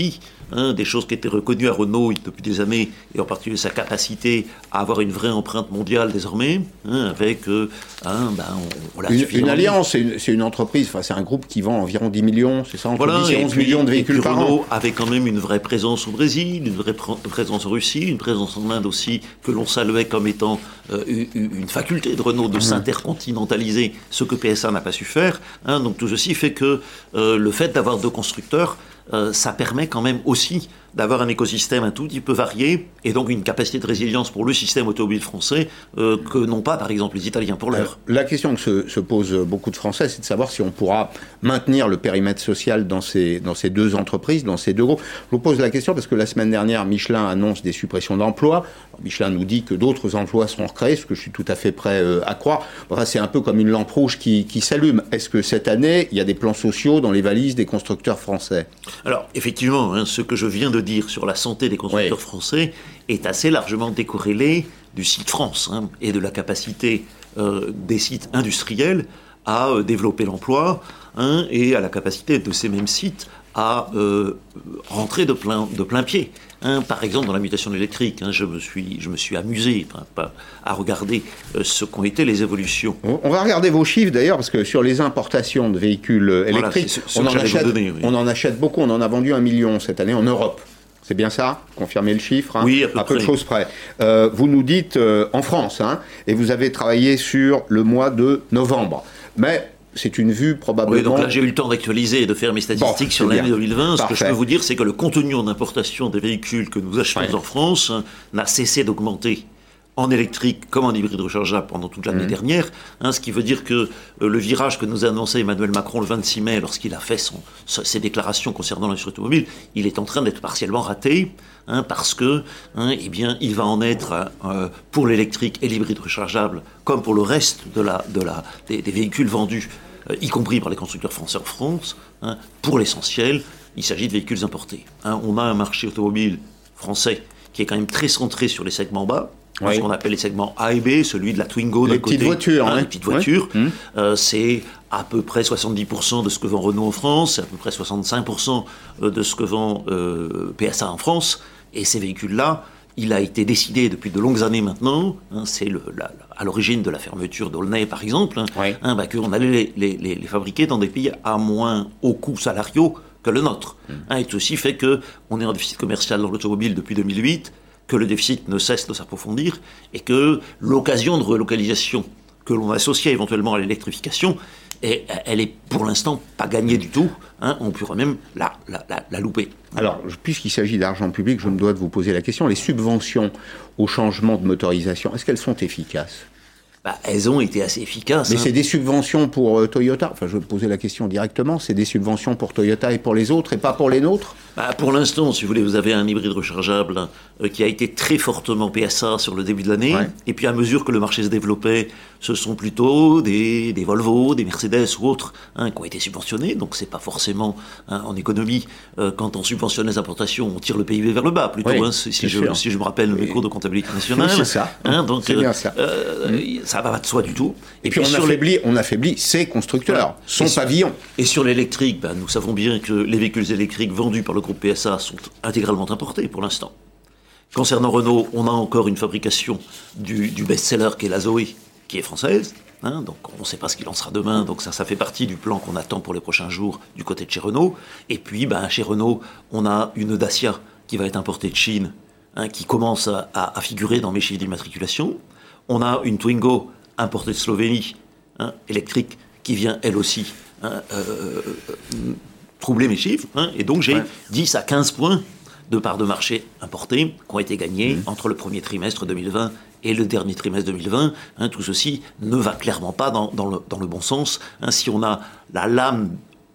hein, des choses qui étaient reconnues à Renault depuis des années, et en particulier sa capacité à avoir une vraie empreinte mondiale désormais, hein, avec euh, hein, ben, on, on l'a une, suffisamment une alliance, dit. c'est une, c'est une entreprise, enfin, c'est un groupe qui vend environ dix millions, c'est ça, entre Voilà, dix et onze puis, millions de véhicules et puis par Renault an. avait quand même une vraie présence au Brésil, une vraie pr- présence en Russie, une présence en Inde aussi, que l'on saluait comme étant euh, une, une faculté de Renault de mmh. s'intercontinentaliser, ce que P S A n'a pas su faire. Hein, donc tout ceci fait que euh, le fait d'avoir deux constructeurs, euh, ça permet quand même aussi d'avoir un écosystème un tout petit peu varié et donc une capacité de résilience pour le système automobile français euh, que n'ont pas par exemple les Italiens pour l'heure. La question que se, se posent beaucoup de Français, c'est de savoir si on pourra maintenir le périmètre social dans ces, dans ces deux entreprises, dans ces deux groupes. Je vous pose la question parce que la semaine dernière, Michelin annonce des suppressions d'emplois. Alors, Michelin nous dit que d'autres emplois seront recréés, ce que je suis tout à fait prêt euh, à croire. Enfin, c'est un peu comme une lampe rouge qui, qui s'allume. Est-ce que cette année, il y a des plans sociaux dans les valises des constructeurs français ? Alors, effectivement, hein, ce que je viens de dire sur la santé des constructeurs oui. français est assez largement décorrélé du site France hein, et de la capacité euh, des sites industriels à euh, développer l'emploi hein, et à la capacité de ces mêmes sites à euh, rentrer de plein, de plein pied. Hein, par exemple, dans la mutation électrique, hein, je, me suis, je me suis amusé enfin, pas, à regarder euh, ce qu'ont été les évolutions. On va regarder vos chiffres d'ailleurs, parce que sur les importations de véhicules électriques, voilà, ce, ce on, en achète, donner, oui. on en achète beaucoup, on en a vendu un million cette année en Europe. C'est bien ça ? Confirmez le chiffre hein, Oui, à peu, à peu près. de choses près. Euh, vous nous dites euh, en France, hein, et vous avez travaillé sur le mois de novembre. Mais c'est une vue probablement... Oui, donc là j'ai eu le temps d'actualiser et de faire mes statistiques bon, sur l'année deux mille vingt. Parfait. Ce que je peux vous dire, c'est que le contenu en importation des véhicules que nous achetons ouais. en France hein, n'a cessé d'augmenter en électrique comme en hybride rechargeable pendant toute l'année mmh. dernière, hein, ce qui veut dire que euh, le virage que nous a annoncé Emmanuel Macron le vingt-six mai, lorsqu'il a fait son, ses déclarations concernant l'industrie automobile, il est en train d'être partiellement raté, hein, parce que, hein, eh bien, il va en être euh, pour l'électrique et l'hybride rechargeable, comme pour le reste de la, de la, des, des véhicules vendus, euh, y compris par les constructeurs français en France, hein, pour l'essentiel, il s'agit de véhicules importés. Hein. On a un marché automobile français qui est quand même très centré sur les segments bas, oui. ce qu'on appelle les segments A et B, celui de la Twingo d'un côté. Petites voitures, hein, hein. Les petites voitures. Oui. Euh, c'est à peu près soixante-dix pour cent de ce que vend Renault en France, c'est à peu près soixante-cinq pour cent de ce que vend euh, P S A en France. Et ces véhicules-là, il a été décidé depuis de longues années maintenant, hein, c'est le, la, à l'origine de la fermeture d'Aulnay par exemple, hein, oui. hein, bah, qu'on allait les, les, les fabriquer dans des pays à moins hauts coûts salariaux que le nôtre. Mmh. Hein, et ceci fait qu'on est en déficit commercial dans l'automobile depuis deux mille huit, que le déficit ne cesse de s'approfondir et que l'occasion de relocalisation que l'on associe éventuellement à l'électrification, et elle est pour l'instant pas gagnée du tout. Hein, on pourrait même la, la, la, la louper. Alors, puisqu'il s'agit d'argent public, je me dois de vous poser la question. Les subventions au changement de motorisation, est-ce qu'elles sont efficaces ? Bah, elles ont été assez efficaces. Mais hein. c'est des subventions pour euh, Toyota. Enfin, je vais poser la question directement. C'est des subventions pour Toyota et pour les autres et pas pour les nôtres ? Bah, pour l'instant, si vous voulez, vous avez un hybride rechargeable euh, qui a été très fortement P S A sur le début de l'année. Ouais. Et puis, à mesure que le marché se développait, ce sont plutôt des, des Volvo, des Mercedes ou autres hein, qui ont été subventionnés. Donc, c'est pas forcément hein, en économie. Euh, quand on subventionne les importations, on tire le P I B vers le bas plutôt. Oui, hein, si, si, je, si je me rappelle mes cours de comptabilité nationale. C'est ça. Hein, donc, c'est bien ça. Euh, mmh. Ça va pas de soi du tout. Et, et puis, puis, on, affaiblit, les... on affaiblit ces constructeurs, voilà. son et pavillon. Et sur l'électrique, ben, nous savons bien que les véhicules électriques vendus par le groupe P S A sont intégralement importés pour l'instant. Concernant Renault, on a encore une fabrication du, du best-seller qui est la Zoé, qui est française. Hein, donc on ne sait pas ce qu'il en sera demain, donc ça, ça fait partie du plan qu'on attend pour les prochains jours du côté de chez Renault. Et puis, ben, chez Renault, on a une Dacia qui va être importée de Chine, hein, qui commence à, à, à figurer dans mes chiffres d'immatriculation. On a une Twingo importée de Slovénie, hein, électrique, qui vient elle aussi hein, euh, euh, troubler mes chiffres. Hein, et donc j'ai ouais. dix à quinze points de part de marché importés qui ont été gagnés mmh. entre le premier trimestre deux mille vingt et le dernier trimestre deux mille vingt. Hein, tout ceci ne va clairement pas dans, dans, le, dans le bon sens. Hein, si on a la lame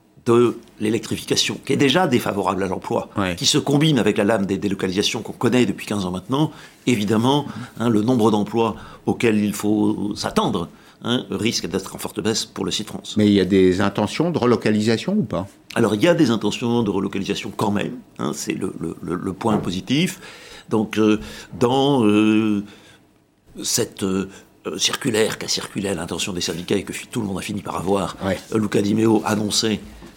de l'électrification, qui est déjà défavorable à l'emploi, ouais. qui se combine avec la lame des délocalisations qu'on connaît depuis quinze ans maintenant, évidemment, hein, le nombre d'emplois auxquels il faut s'attendre hein, risque d'être en forte baisse pour le site France. Mais il y a des intentions de relocalisation ou pas ? Alors, il y a des intentions de relocalisation quand même, hein, c'est le, le, le point positif. Donc, euh, dans euh, cette... Euh, circulaire qu'a circulé à l'intention des syndicats et que tout le monde a fini par avoir, ouais. Luca Di Meo annonçait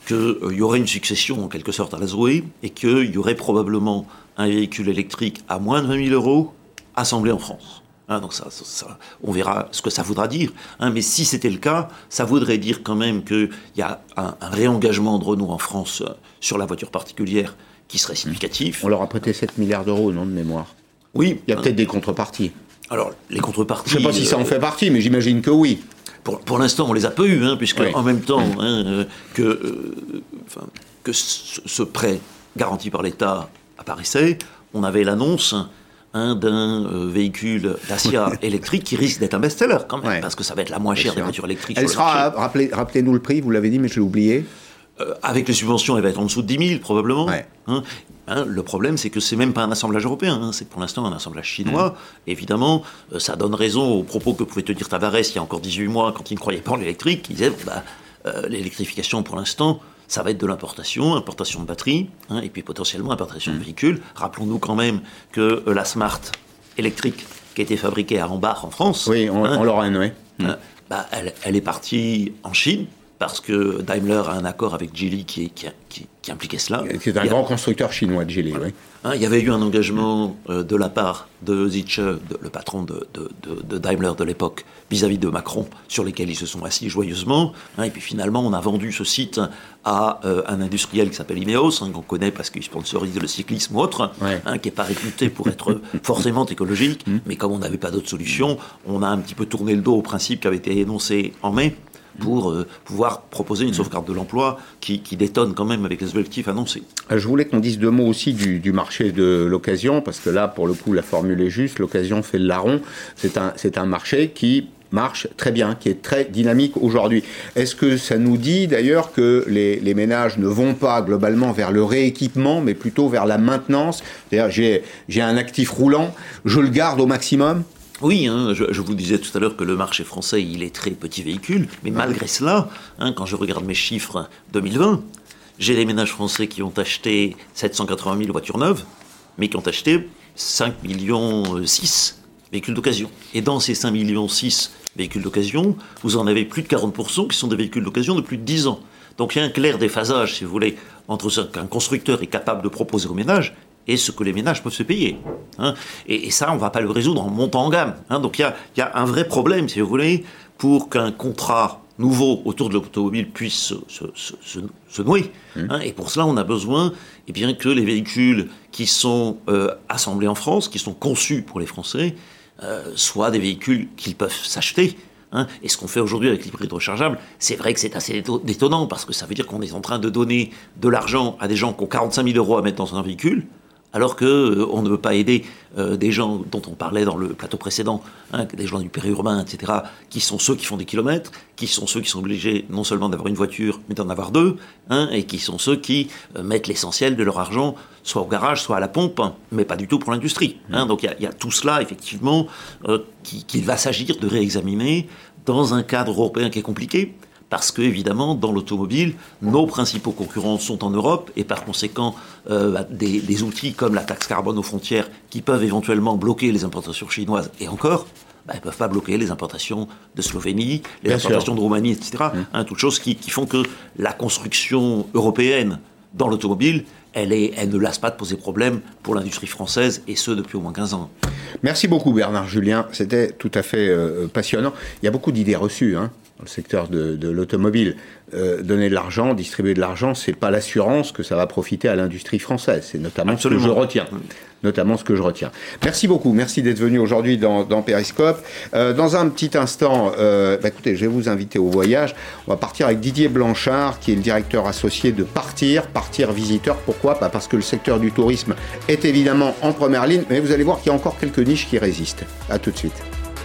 qu'il euh, y aurait une succession en quelque sorte à la Zoé et qu'il y aurait probablement un véhicule électrique à moins de vingt mille euros assemblé en France. Hein, donc ça, ça, ça, on verra ce que ça voudra dire. Hein, mais si c'était le cas, ça voudrait dire quand même qu'il y a un, un réengagement de Renault en France euh, sur la voiture particulière qui serait significatif. On leur a prêté sept milliards d'euros, non, de mémoire. Oui. Il y a peut-être des contreparties. Alors, les contreparties... Je ne sais pas si ça en fait partie, mais j'imagine que oui. Pour, pour l'instant, on les a peu eues, hein, puisque oui. en même temps hein, euh, que, euh, enfin, que ce, ce prêt garanti par l'État apparaissait, on avait l'annonce hein, d'un euh, véhicule Dacia électrique qui risque d'être un best-seller quand même, ouais. parce que ça va être la moins chère des voitures électriques. Elle sur sera, le marché. Rappelez, rappelez-nous le prix, vous l'avez dit, mais je l'ai oublié. Euh, avec les subventions, elle va être en dessous de dix mille, probablement. Ouais. Hein. Hein, le problème, c'est que c'est même pas un assemblage européen, hein. C'est pour l'instant un assemblage chinois. Mmh. Évidemment, euh, ça donne raison aux propos que pouvait tenir Tavares il y a encore dix-huit mois, quand il ne croyait pas en l'électrique. Il disait, bah, euh, l'électrification, pour l'instant, ça va être de l'importation, importation de batteries, hein, et puis potentiellement importation mmh. de véhicules. Rappelons-nous quand même que euh, la Smart électrique, qui a été fabriquée à Ambach, en France... Oui, en, hein, en Lorraine, oui. Hein, mmh. bah, elle, elle est partie en Chine, parce que Daimler a un accord avec Geely qui, qui, qui, qui impliquait cela. C'est un il grand a, constructeur chinois de Geely, oui. Hein, il y avait eu un engagement euh, de la part de Zitsche, de, le patron de, de, de, de Daimler de l'époque, vis-à-vis de Macron, sur lesquels ils se sont assis joyeusement. Hein, et puis finalement, on a vendu ce site à euh, un industriel qui s'appelle Ineos, hein, qu'on connaît parce qu'il sponsorise le cyclisme ou autre, ouais. hein, qui n'est pas réputé pour être forcément écologique. Mmh. Mais comme on n'avait pas d'autre solution, on a un petit peu tourné le dos au principe qui avait été énoncé en mai, pour euh, pouvoir proposer une sauvegarde de l'emploi qui, qui détonne quand même avec les objectifs annoncés. Je voulais qu'on dise deux mots aussi du, du marché de l'occasion, parce que là, pour le coup, la formule est juste, l'occasion fait le larron. C'est un, c'est un marché qui marche très bien, qui est très dynamique aujourd'hui. Est-ce que ça nous dit d'ailleurs que les, les ménages ne vont pas globalement vers le rééquipement, mais plutôt vers la maintenance ? C'est-à-dire, j'ai, j'ai un actif roulant, je le garde au maximum ? Oui, hein, je, je vous disais tout à l'heure que le marché français, il est très petit véhicule, mais malgré cela, hein, quand je regarde mes chiffres deux mille vingt, j'ai des ménages français qui ont acheté sept cent quatre-vingt mille voitures neuves, mais qui ont acheté cinq virgule six millions véhicules d'occasion. Et dans ces cinq virgule six millions véhicules d'occasion, vous en avez plus de quarante pour cent qui sont des véhicules d'occasion de plus de dix ans. Donc il y a un clair déphasage, si vous voulez, entre ce qu'un constructeur est capable de proposer aux ménages et ce que les ménages peuvent se payer. Hein. Et, et ça, on ne va pas le résoudre en montant en gamme. Hein. Donc il y a, y a un vrai problème, si vous voulez, pour qu'un contrat nouveau autour de l'automobile puisse se, se, se, se nouer. Mmh. Hein. Et pour cela, on a besoin eh bien, que les véhicules qui sont euh, assemblés en France, qui sont conçus pour les Français, euh, soient des véhicules qu'ils peuvent s'acheter. Hein. Et ce qu'on fait aujourd'hui avec l'hybride rechargeable, c'est vrai que c'est assez détonnant, parce que ça veut dire qu'on est en train de donner de l'argent à des gens qui ont quarante-cinq mille euros à mettre dans un véhicule, alors qu'on euh, ne veut pas aider euh, des gens dont on parlait dans le plateau précédent, hein, des gens du périurbain, et cetera, qui sont ceux qui font des kilomètres, qui sont ceux qui sont obligés non seulement d'avoir une voiture, mais d'en avoir deux, hein, et qui sont ceux qui euh, mettent l'essentiel de leur argent, soit au garage, soit à la pompe, hein, mais pas du tout pour l'industrie. Hein. Donc il y, y a tout cela, effectivement, euh, qu'il qui va s'agir de réexaminer dans un cadre européen qui est compliqué, parce que, évidemment, dans l'automobile, nos principaux concurrents sont en Europe, et par conséquent, euh, des, des outils comme la taxe carbone aux frontières, qui peuvent éventuellement bloquer les importations chinoises, et encore, bah, ils ne peuvent pas bloquer les importations de Slovénie, les Bien importations sûr. de Roumanie, et cetera. Mmh. Hein, toutes choses qui, qui font que la construction européenne dans l'automobile, elle, est, elle ne lasse pas de poser problème pour l'industrie française, et ce, depuis au moins quinze ans. Merci beaucoup, Bernard Julien. C'était tout à fait euh, passionnant. Il y a beaucoup d'idées reçues, hein, dans le secteur de, de l'automobile. Euh, donner de l'argent, distribuer de l'argent, c'est pas l'assurance que ça va profiter à l'industrie française. C'est notamment Absolument. ce que je retiens. Notamment ce que je retiens. Merci beaucoup. Merci d'être venu aujourd'hui dans, dans Périscope. Euh, dans un petit instant, euh, bah écoutez, je vais vous inviter au voyage. On va partir avec Didier Blanchard, qui est le directeur associé de Partir, Partir Visiteur. Pourquoi ? Bah parce que le secteur du tourisme est évidemment en première ligne, mais vous allez voir qu'il y a encore quelques niches qui résistent. À tout de suite.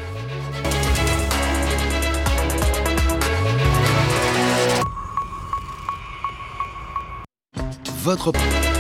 Votre...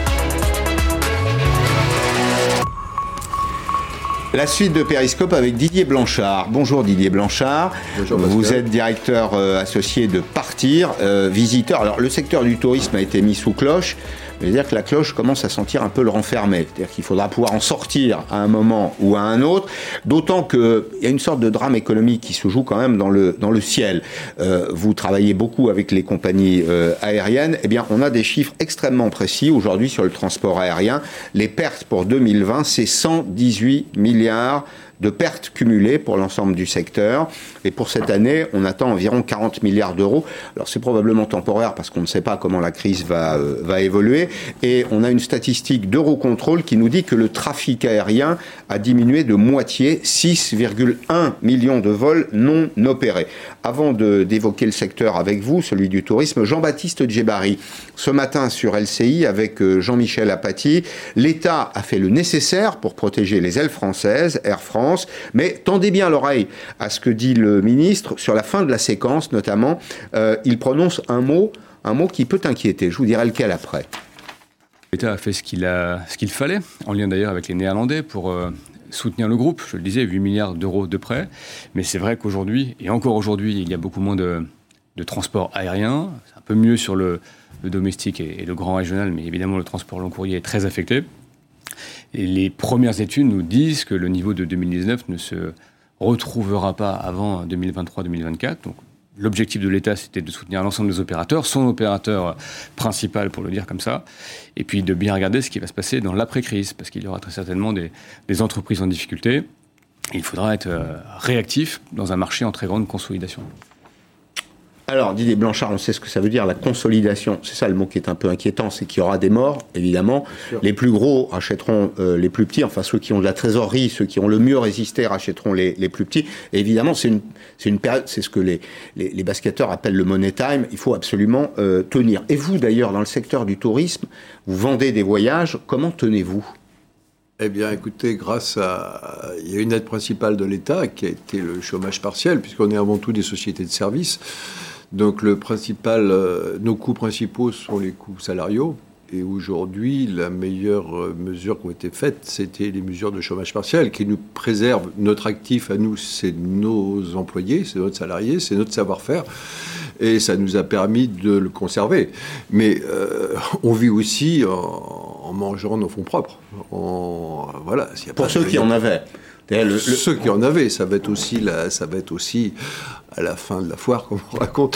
La suite de Périscope avec Didier Blanchard. Bonjour Didier Blanchard. Bonjour, vous êtes directeur euh, associé de Partir, euh, Visiteur. Alors le secteur du tourisme a été mis sous cloche, c'est-à-dire que la cloche commence à sentir un peu le renfermer. C'est-à-dire qu'il faudra pouvoir en sortir à un moment ou à un autre, d'autant qu'il y a une sorte de drame économique qui se joue quand même dans le, dans le ciel. Euh, vous travaillez beaucoup avec les compagnies euh, aériennes. Eh bien, on a des chiffres extrêmement précis aujourd'hui sur le transport aérien. Les pertes pour deux mille vingt, c'est cent dix-huit milliards de pertes cumulées pour l'ensemble du secteur. Et pour cette année, on attend environ quarante milliards d'euros. Alors c'est probablement temporaire parce qu'on ne sait pas comment la crise va, euh, va évoluer. Et on a une statistique d'Eurocontrol qui nous dit que le trafic aérien a diminué de moitié, six virgule un millions de vols non opérés. Avant de, d'évoquer le secteur avec vous, celui du tourisme, Jean-Baptiste Djebari, ce matin sur L C I avec Jean-Michel Apathy, l'État a fait le nécessaire pour protéger les ailes françaises, Air France, mais tendez bien l'oreille à ce que dit le ministre sur la fin de la séquence, notamment, euh, il prononce un mot, un mot qui peut inquiéter. Je vous dirai lequel après. L'État a fait ce qu'il, a, ce qu'il fallait, en lien d'ailleurs avec les Néerlandais, pour euh, soutenir le groupe. Je le disais, huit milliards d'euros de prêts. Mais c'est vrai qu'aujourd'hui, et encore aujourd'hui, il y a beaucoup moins de, de transport aérien. C'est un peu mieux sur le, le domestique et, et le grand régional, mais évidemment, le transport long courrier est très affecté. Et les premières études nous disent que le niveau de deux mille dix-neuf ne se retrouvera pas avant deux mille vingt-trois deux mille vingt-quatre. Donc, l'objectif de l'État, c'était de soutenir l'ensemble des opérateurs, son opérateur principal, pour le dire comme ça, et puis de bien regarder ce qui va se passer dans l'après-crise, parce qu'il y aura très certainement des, des entreprises en difficulté. Il faudra être réactif dans un marché en très grande consolidation. Alors, Didier Blanchard, on sait ce que ça veut dire, la consolidation. C'est ça le mot qui est un peu inquiétant, c'est qu'il y aura des morts, évidemment. Les plus gros rachèteront euh, les plus petits, enfin ceux qui ont de la trésorerie, ceux qui ont le mieux résisté rachèteront les, les plus petits. Et évidemment, c'est une, c'est une période, c'est ce que les, les, les basketteurs appellent le money time, il faut absolument euh, tenir. Et vous, d'ailleurs, dans le secteur du tourisme, vous vendez des voyages, comment tenez-vous ? Eh bien, écoutez, grâce à... Il y a une aide principale de l'État qui a été le chômage partiel, puisqu'on est avant tout des sociétés de services. Donc, le principal, euh, nos coûts principaux sont les coûts salariaux. Et aujourd'hui, la meilleure mesure qui a été faite, c'était les mesures de chômage partiel qui nous préservent. Notre actif à nous, c'est nos employés, c'est notre salarié, c'est notre savoir-faire. Et ça nous a permis de le conserver. Mais euh, on vit aussi en, en mangeant nos fonds propres. En, voilà, s'il y a Pour pas ceux de... qui en avaient. Le, le... Ceux qui en avaient, ça va être aussi, la, ça va être aussi à la fin de la foire, comme on raconte,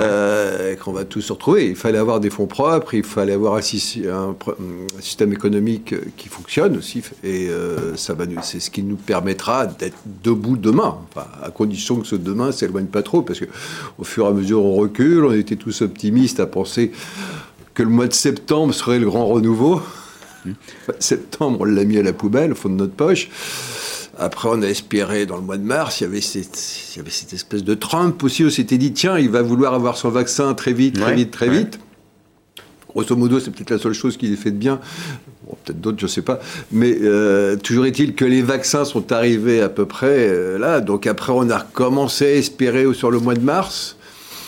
euh, qu'on va tous se retrouver. Il fallait avoir des fonds propres, il fallait avoir un, un, un système économique qui fonctionne aussi, et euh, ça va nous, c'est ce qui nous permettra d'être debout demain, enfin, à condition que ce demain ne s'éloigne pas trop, parce qu'au fur et à mesure on recule, on était tous optimistes à penser que le mois de septembre serait le grand renouveau. Mmh. Septembre, on l'a mis à la poubelle, au fond de notre poche. Après, on a espéré, dans le mois de mars, il y avait cette, il y avait cette espèce de Trump aussi, où on s'était dit, tiens, il va vouloir avoir son vaccin très vite, très ouais, vite, très ouais. vite. Grosso modo, c'est peut-être la seule chose qu'il ait fait de bien. Bon, peut-être d'autres, je ne sais pas. Mais euh, toujours est-il que les vaccins sont arrivés à peu près euh, là. Donc après, on a recommencé à espérer sur le mois de mars.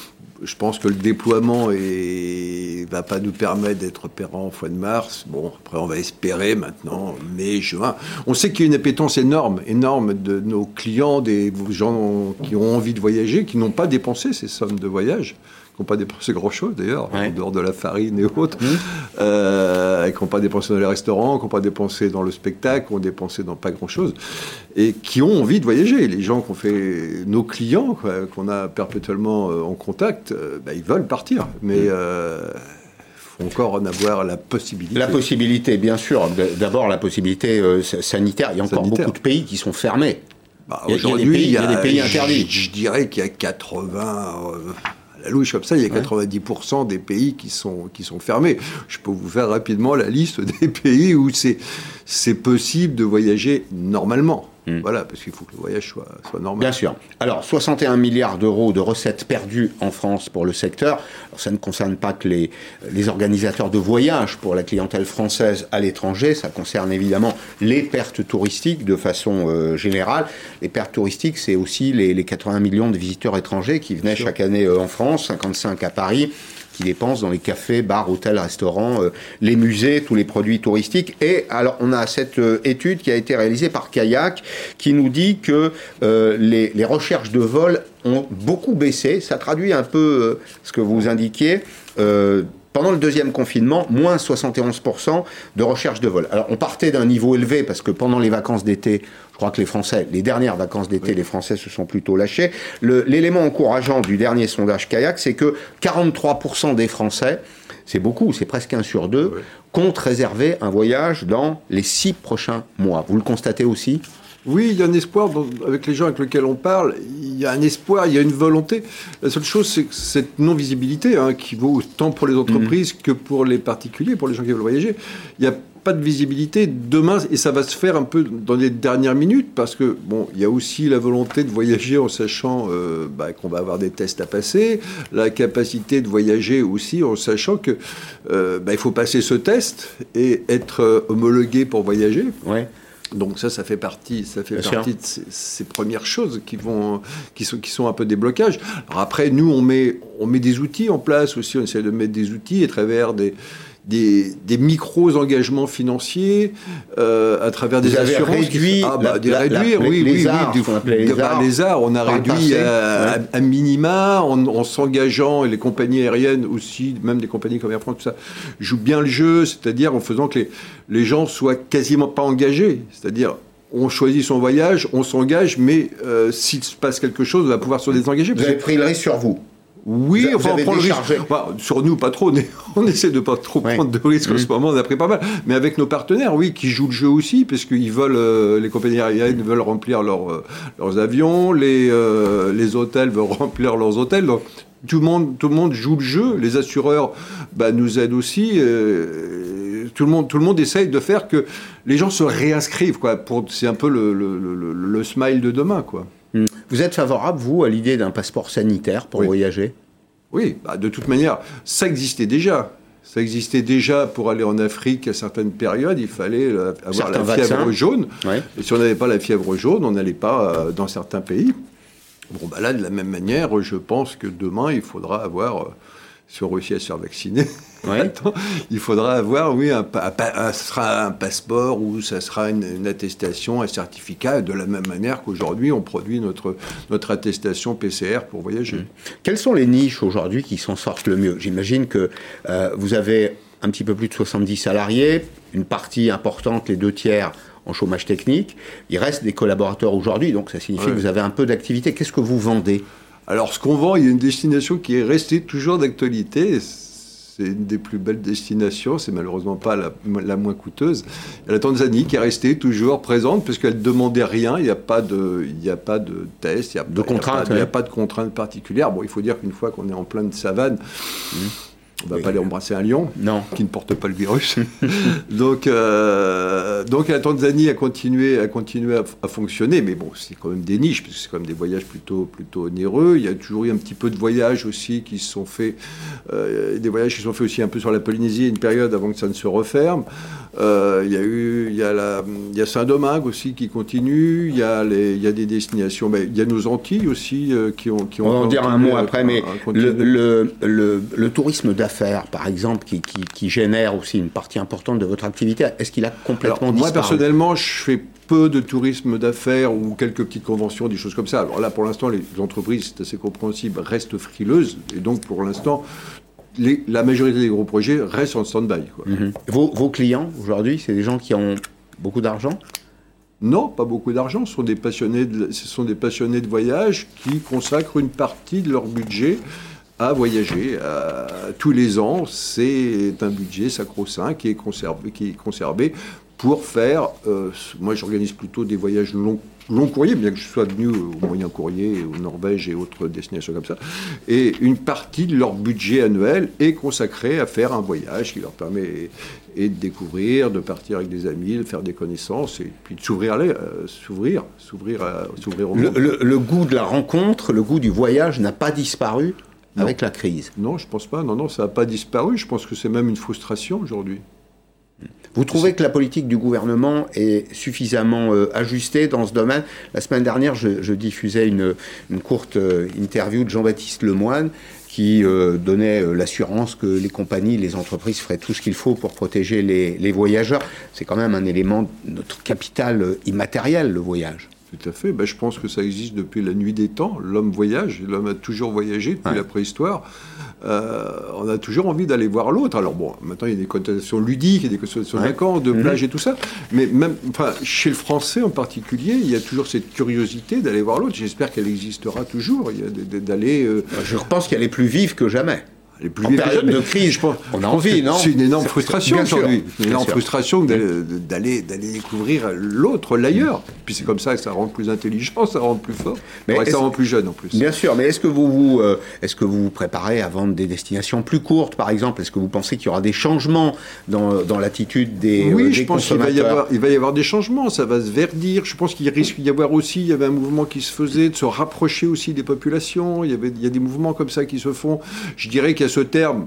Je pense que le déploiement ne va pas nous permettre d'être opérant au mois de mars. Bon, après, on va espérer maintenant, mai, juin. On sait qu'il y a une appétence énorme, énorme de nos clients, des gens qui ont envie de voyager, qui n'ont pas dépensé ces sommes de voyage, qui n'ont pas dépensé grand-chose d'ailleurs, ouais. en dehors de la farine et autres, mmh. euh, qui n'ont pas dépensé dans les restaurants, qui n'ont pas dépensé dans le spectacle, qui ont dépensé dans pas grand-chose, et qui ont envie de voyager. Les gens qui ont fait nos clients, quoi, qu'on a perpétuellement euh, en contact, euh, bah, ils veulent partir, mais il mmh. euh, faut encore en avoir la possibilité. La possibilité, bien sûr. D'abord, la possibilité euh, sanitaire. Il y a encore sanitaire. beaucoup de pays qui sont fermés. Bah, il y a, aujourd'hui, il y a des pays, il y a des pays interdits. Je, je dirais qu'il y a quatre-vingts... Euh, la louche comme ça, il y a quatre-vingt-dix pour cent des pays qui sont, qui sont fermés. Je peux vous faire rapidement la liste des pays où c'est, c'est possible de voyager normalement. Mmh. Voilà, parce qu'il faut que le voyage soit, soit normal. Bien sûr. Alors, soixante et un milliards d'euros de recettes perdues en France pour le secteur. Alors, ça ne concerne pas que les, les organisateurs de voyages pour la clientèle française à l'étranger. Ça concerne évidemment les pertes touristiques de façon euh, générale. Les pertes touristiques, c'est aussi les, les quatre-vingts millions de visiteurs étrangers qui venaient chaque année euh, en France, cinquante-cinq à Paris, qui dépensent dans les cafés, bars, hôtels, restaurants, euh, les musées, tous les produits touristiques. Et alors, on a cette euh, étude qui a été réalisée par Kayak, qui nous dit que euh, les, les recherches de vol ont beaucoup baissé. Ça traduit un peu euh, ce que vous indiquiez. Euh, Pendant le deuxième confinement, moins soixante et onze pour cent de recherche de vol. Alors, on partait d'un niveau élevé parce que pendant les vacances d'été, je crois que les Français, les dernières vacances d'été, oui. les Français se sont plutôt lâchés. Le, l'élément encourageant du dernier sondage Kayak, c'est que quarante-trois pour cent des Français, c'est beaucoup, c'est presque un sur deux, oui. comptent réserver un voyage dans les six prochains mois. Vous le constatez aussi ? Oui, il y a un espoir dans, avec les gens avec lesquels on parle. Il y a un espoir, il y a une volonté. La seule chose, c'est que cette non-visibilité, hein, qui vaut tant pour les entreprises mmh. que pour les particuliers, pour les gens qui veulent voyager, il n'y a pas de visibilité demain, et ça va se faire un peu dans les dernières minutes, parce que bon, il y a aussi la volonté de voyager en sachant euh, bah, qu'on va avoir des tests à passer, la capacité de voyager aussi en sachant que euh, bah, il faut passer ce test et être euh, homologué pour voyager. Ouais. Donc ça, ça fait partie, ça fait Bien partie sûr. de ces, ces premières choses qui vont, qui sont, qui sont un peu des blocages. Alors après, nous, on met, on met des outils en place aussi. On essaie de mettre des outils à travers des, des, des micros-engagements financiers, euh, à travers des Vous assurances. Avez réduit ah, bah, la, des la, réduire, la, oui, les, oui, les arts, oui. Du, les, bah, arts, les arts, on a réduit passé, à, ouais. à, à minima, en, en s'engageant, et les compagnies aériennes aussi, même des compagnies comme Air France, tout ça, jouent bien le jeu, c'est-à-dire en faisant que les, les gens soient quasiment pas engagés, c'est-à-dire on choisit son voyage, on s'engage, mais euh, s'il se passe quelque chose, on va pouvoir se désengager. Vous avez pris le risque sur vous. Oui, vous, enfin, vous on prend le risque. Enfin, sur nous, pas trop. On, est, on essaie de pas trop ouais. prendre de risques mmh. en ce moment. On a pris pas mal. Mais avec nos partenaires, oui, qui jouent le jeu aussi, parce qu'ils veulent, euh, les compagnies aériennes veulent remplir leur, euh, leurs avions, les, euh, les hôtels veulent remplir leurs hôtels. Donc, tout le monde, tout le monde joue le jeu. Les assureurs bah, nous aident aussi. Euh, tout le monde, tout le monde essaye de faire que les gens se réinscrivent, quoi. Pour, c'est un peu le, le, le, le smile de demain, quoi. Vous êtes favorable, vous, à l'idée d'un passeport sanitaire pour oui. voyager ? Oui, bah, de toute manière, ça existait déjà. Ça existait déjà pour aller en Afrique à certaines périodes. Il fallait avoir certains la fièvre vaccins. jaune. Ouais. Et si on n'avait pas la fièvre jaune, on n'allait pas euh, dans certains pays. Bon, bah là, de la même manière, je pense que demain, il faudra avoir, euh, si on réussit à se faire vacciner, ouais. attends, il faudra avoir, oui, un, un, un, ce sera un passeport ou ça sera une, une attestation, un certificat, de la même manière qu'aujourd'hui, on produit notre, notre attestation P C R pour voyager. Mmh. Quelles sont les niches aujourd'hui qui s'en sortent le mieux ? J'imagine que euh, vous avez un petit peu plus de soixante-dix salariés, une partie importante, les deux tiers, en chômage technique. Il reste des collaborateurs aujourd'hui, donc ça signifie ouais. que vous avez un peu d'activité. Qu'est-ce que vous vendez ? Alors, ce qu'on vend, il y a une destination qui est restée toujours d'actualité. C'est une des plus belles destinations. C'est malheureusement pas la, la moins coûteuse. Il y a la Tanzanie qui est restée toujours présente parce qu'elle ne demandait rien. Il n'y a pas de, il n'y a pas de test, il n'y a, de contraintes, il n'y a, ouais. a pas de contraintes particulières. Bon, il faut dire qu'une fois qu'on est en pleine savane, mmh. on ne va oui. pas aller embrasser un lion non. qui ne porte pas le virus. donc, euh, donc la Tanzanie a continué, a continué à, à fonctionner, mais bon, c'est quand même des niches, parce que c'est quand même des voyages plutôt, plutôt onéreux. Il y a toujours eu un petit peu de voyages aussi qui se sont faits, euh, des voyages qui se sont faits aussi un peu sur la Polynésie, une période avant que ça ne se referme. Euh, il y a eu, il y a la, il y a Saint-Domingue aussi qui continue. Il y a les, il y a des destinations. Ben, il y a nos Antilles aussi euh, qui ont, qui ont. On va en dire un mot après, mais le, le, le, le tourisme d'affaires, par exemple, qui, qui, qui génère aussi une partie importante de votre activité, est-ce qu'il a complètement Alors, disparu ? Moi personnellement, je fais peu de tourisme d'affaires ou quelques petites conventions, des choses comme ça. Alors là, pour l'instant, les entreprises, c'est assez compréhensible, restent frileuses, et donc pour l'instant. Les, la majorité des gros projets restent en stand-by. Quoi. Mmh. Vos, vos clients, aujourd'hui, c'est des gens qui ont beaucoup d'argent ? Non, pas beaucoup d'argent. Ce sont des passionnés de, ce sont des passionnés de voyage qui consacrent une partie de leur budget à voyager. À, tous les ans, c'est un budget sacro-saint qui est conservé, qui est conservé pour faire... Euh, moi, j'organise plutôt des voyages longs, long courrier, bien que je sois venu au moyen courrier, au Norvège et autres destinations comme ça. Et une partie de leur budget annuel est consacrée à faire un voyage qui leur permet et de découvrir, de partir avec des amis, de faire des connaissances et puis de s'ouvrir, euh, s'ouvrir, s'ouvrir, à, s'ouvrir au monde. Le, le, le goût de la rencontre, le goût du voyage n'a pas disparu non. avec la crise ? Non, je pense pas. Non, non, ça n'a pas disparu. Je pense que c'est même une frustration aujourd'hui. Vous trouvez que la politique du gouvernement est suffisamment euh, ajustée dans ce domaine ? La semaine dernière, je, je diffusais une, une courte euh, interview de Jean-Baptiste Lemoyne qui euh, donnait euh, l'assurance que les compagnies, les entreprises feraient tout ce qu'il faut pour protéger les, les voyageurs. C'est quand même un élément de notre capital euh, immatériel, le voyage. Tout à fait. Ben, je pense que ça existe depuis la nuit des temps. L'homme voyage. L'homme a toujours voyagé depuis ouais. la préhistoire. Euh, on a toujours envie d'aller voir l'autre. Alors bon, maintenant il y a des connotations ludiques, il y a des connotations ouais. de vacances, de plage mmh. et tout ça. Mais même, enfin, chez le Français en particulier, il y a toujours cette curiosité d'aller voir l'autre. J'espère qu'elle existera toujours. Il y a d'aller. Euh... Je pense qu'elle est plus vive que jamais. Les plus en période de crise, je pense, on a envie, non ? C'est une énorme c'est, frustration aujourd'hui. Une énorme sûr. frustration d'aller, d'aller découvrir l'autre, l'ailleurs. Puis c'est comme ça que ça rend plus intelligent, ça rend plus fort, mais ça rend plus jeune en plus. Bien sûr, mais est-ce que vous vous, euh, est-ce que vous vous préparez à vendre des destinations plus courtes, par exemple ? Est-ce que vous pensez qu'il y aura des changements dans, dans l'attitude des, oui, euh, des je pense qu'il va y avoir, il va y avoir des changements, ça va se verdir. Je pense qu'il risque d'y avoir aussi, il y avait un mouvement qui se faisait, de se rapprocher aussi des populations. Il y avait, il y a des mouvements comme ça qui se font. Je dirais qu'il y a ce terme,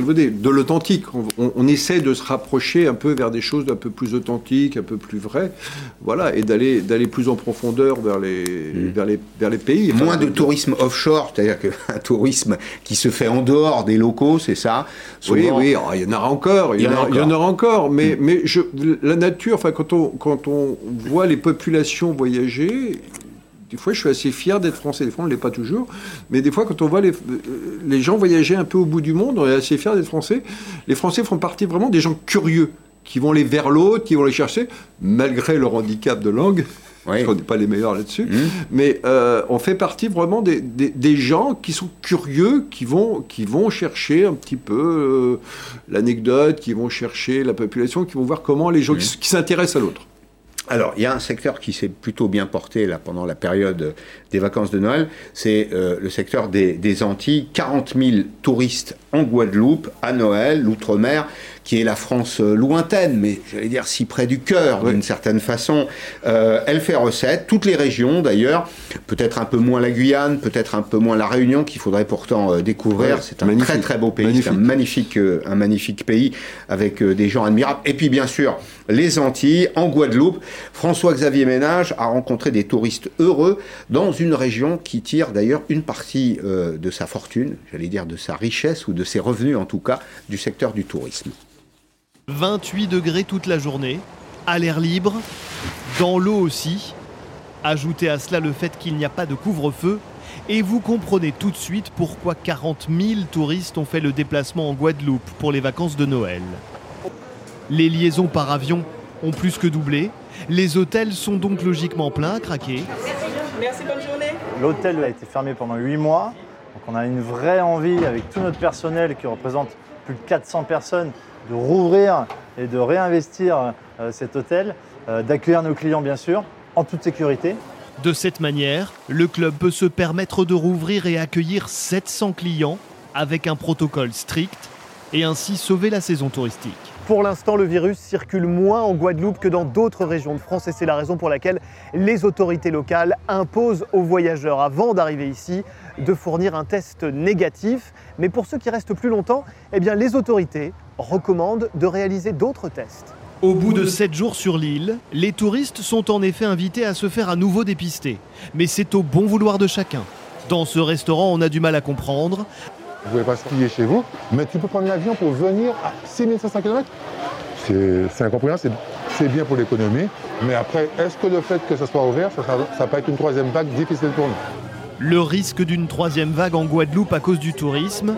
de l'authentique. On, on, on essaie de se rapprocher un peu vers des choses un peu plus authentiques, un peu plus vraies, voilà, et d'aller, d'aller plus en profondeur vers les, mmh. vers les, vers les pays. Enfin, Moins de, de tourisme offshore, c'est-à-dire qu'un tourisme qui se fait en dehors des locaux, c'est ça ? Souvent, oui, oui, alors, il y en aura encore, il y, il y, en, a, encore. il y en aura encore, mais, mmh. mais je, la nature, enfin, quand on, quand on voit les populations voyager, des fois, je suis assez fier d'être français. Des fois, on ne l'est pas toujours. Mais des fois, quand on voit les, les gens voyager un peu au bout du monde, on est assez fier d'être français. Les Français font partie vraiment des gens curieux, qui vont aller vers l'autre, qui vont les chercher, malgré leur handicap de langue. Oui. On n'est pas les meilleurs là-dessus. Mmh. Mais euh, on fait partie vraiment des, des, des gens qui sont curieux, qui vont, qui vont chercher un petit peu euh, l'anecdote, qui vont chercher la population, qui vont voir comment les gens mmh. qui, qui s'intéressent à l'autre. Alors, il y a un secteur qui s'est plutôt bien porté là, pendant la période des vacances de Noël, c'est euh, le secteur des, des Antilles. quarante mille touristes en Guadeloupe à Noël, l'outre-mer, qui est la France lointaine, mais j'allais dire si près du cœur, oui. d'une certaine façon. Euh, elle fait recette, toutes les régions d'ailleurs, peut-être un peu moins la Guyane, peut-être un peu moins la Réunion, qu'il faudrait pourtant euh, découvrir. Ouais, c'est un magnifique. très très beau pays, magnifique. c'est un magnifique, euh, un magnifique pays avec euh, des gens admirables. Et puis bien sûr, les Antilles, en Guadeloupe. François-Xavier Ménage a rencontré des touristes heureux dans une région qui tire d'ailleurs une partie euh, de sa fortune, j'allais dire de sa richesse ou de ses revenus en tout cas, du secteur du tourisme. vingt-huit degrés toute la journée, à l'air libre, dans l'eau aussi. Ajoutez à cela le fait qu'il n'y a pas de couvre-feu et vous comprenez tout de suite pourquoi quarante mille touristes ont fait le déplacement en Guadeloupe pour les vacances de Noël. Les liaisons par avion ont plus que doublé. Les hôtels sont donc logiquement pleins à craquer. Merci, bonne journée. L'hôtel a été fermé pendant huit mois. Donc on a une vraie envie, avec tout notre personnel qui représente plus de quatre cents personnes, de rouvrir et de réinvestir euh, cet hôtel, euh, d'accueillir nos clients bien sûr, en toute sécurité. De cette manière, le club peut se permettre de rouvrir et accueillir sept cents clients avec un protocole strict et ainsi sauver la saison touristique. Pour l'instant, le virus circule moins en Guadeloupe que dans d'autres régions de France et c'est la raison pour laquelle les autorités locales imposent aux voyageurs, avant d'arriver ici, de fournir un test négatif. Mais pour ceux qui restent plus longtemps, eh bien, les autorités recommandent de réaliser d'autres tests. Au bout de sept jours sur l'île, les touristes sont en effet invités à se faire à nouveau dépister. Mais c'est au bon vouloir de chacun. Dans ce restaurant, on a du mal à comprendre. Vous ne pouvez pas skier chez vous, mais tu peux prendre l'avion pour venir à six mille cinq cents kilomètres. C'est, c'est incompréhensible, c'est, c'est bien pour l'économie. Mais après, est-ce que le fait que ça soit ouvert, ça, ça, ça peut être une troisième vague difficile pour nous? Le risque d'une troisième vague en Guadeloupe à cause du tourisme.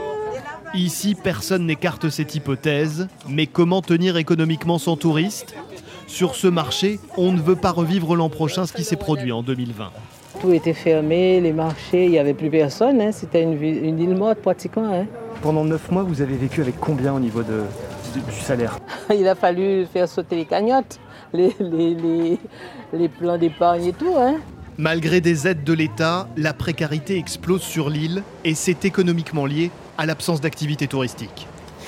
Ici, personne n'écarte cette hypothèse. Mais comment tenir économiquement sans touristes? Sur ce marché, on ne veut pas revivre l'an prochain ce qui s'est produit en deux mille vingt. Tout était fermé, les marchés, il n'y avait plus personne. Hein. C'était une, une île morte pratiquement. Hein. Pendant neuf mois, vous avez vécu avec combien au niveau de, de, du salaire? Il a fallu faire sauter les cagnottes, les, les, les, les plans d'épargne et tout. Hein. Malgré des aides de l'État, la précarité explose sur l'île et c'est économiquement lié à l'absence d'activité touristique.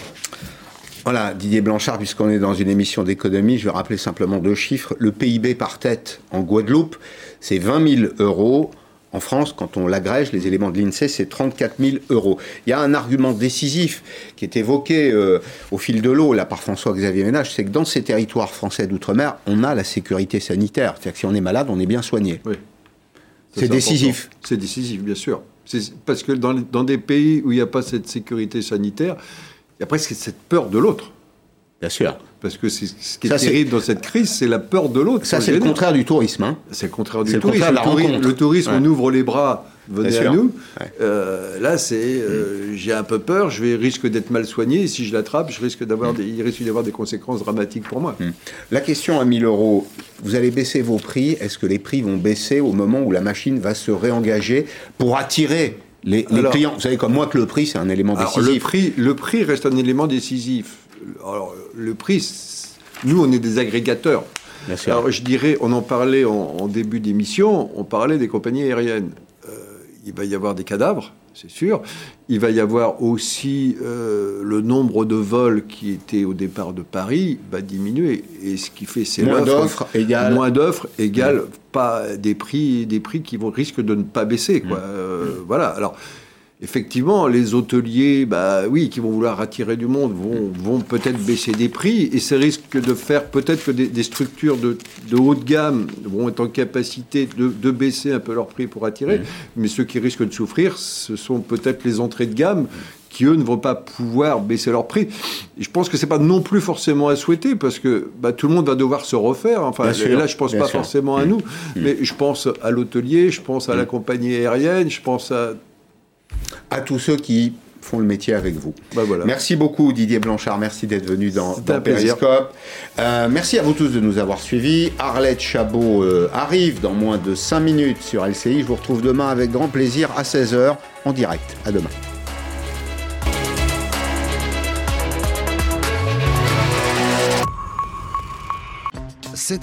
Voilà, Didier Blanchard, puisqu'on est dans une émission d'économie, je vais rappeler simplement deux chiffres. Le P I B par tête en Guadeloupe, c'est vingt mille euros. En France, quand on l'agrège, les éléments de l'INSEE, c'est trente-quatre mille euros. Il y a un argument décisif qui est évoqué euh, au fil de l'eau là, par François-Xavier Ménage, c'est que dans ces territoires français d'outre-mer, on a la sécurité sanitaire. C'est-à-dire que si on est malade, on est bien soigné. Oui. Ça, c'est, c'est décisif. Important. C'est décisif, bien sûr. C'est parce que dans, dans des pays où il n'y a pas cette sécurité sanitaire, il y a presque cette peur de l'autre. Bien sûr. Parce que c'est, ce qui est ça, terrible dans cette crise, c'est la peur de l'autre. Ça, c'est le contraire du tourisme. Hein. C'est le contraire du c'est tourisme. Le, contraire de la le, tourisme le tourisme, ouais. on ouvre les bras, venez à nous. Ouais. Euh, là, c'est euh, j'ai un peu peur, je vais risque d'être mal soigné. Et si je l'attrape, je risque d'avoir des, il risque d'y avoir des conséquences dramatiques pour moi. Hum. La question à mille euros, vous allez baisser vos prix. Est-ce que les prix vont baisser au moment où la machine va se réengager pour attirer les, les alors, clients? Vous savez comme moi que le prix, c'est un élément décisif. Alors, le, prix, le prix reste un élément décisif. Alors, le prix, nous, on est des agrégateurs. Alors, je dirais, on en parlait en, en début d'émission, on parlait des compagnies aériennes. Euh, il va y avoir des cadavres, c'est sûr. Il va y avoir aussi euh, le nombre de vols qui étaient au départ de Paris va diminuer. Et ce qui fait, c'est moins d'offres égale moins d'offres égale mmh. pas des prix, des prix qui vont risquent de ne pas baisser, quoi. Mmh. Euh, mmh. Voilà. Alors. Effectivement, les hôteliers, bah oui, qui vont vouloir attirer du monde, vont, vont peut-être baisser des prix, et ça risque de faire peut-être que des, des structures de, de haut de gamme vont être en capacité de, de baisser un peu leurs prix pour attirer. Mmh. Mais ceux qui risquent de souffrir, ce sont peut-être les entrées de gamme qui, eux, ne vont pas pouvoir baisser leurs prix. Et je pense que c'est pas non plus forcément à souhaiter, parce que bah, tout le monde va devoir se refaire. Enfin, sûr, là, je pense pas sûr. forcément à nous, mmh. mais je pense à l'hôtelier, je pense à mmh. la compagnie aérienne, je pense à à tous ceux qui font le métier avec vous. Bah voilà. Merci beaucoup Didier Blanchard, merci d'être venu dans, dans Périscope. Euh, merci à vous tous de nous avoir suivis. Arlette Chabot euh, arrive dans moins de cinq minutes sur L C I. Je vous retrouve demain avec grand plaisir à seize heures en direct. À demain.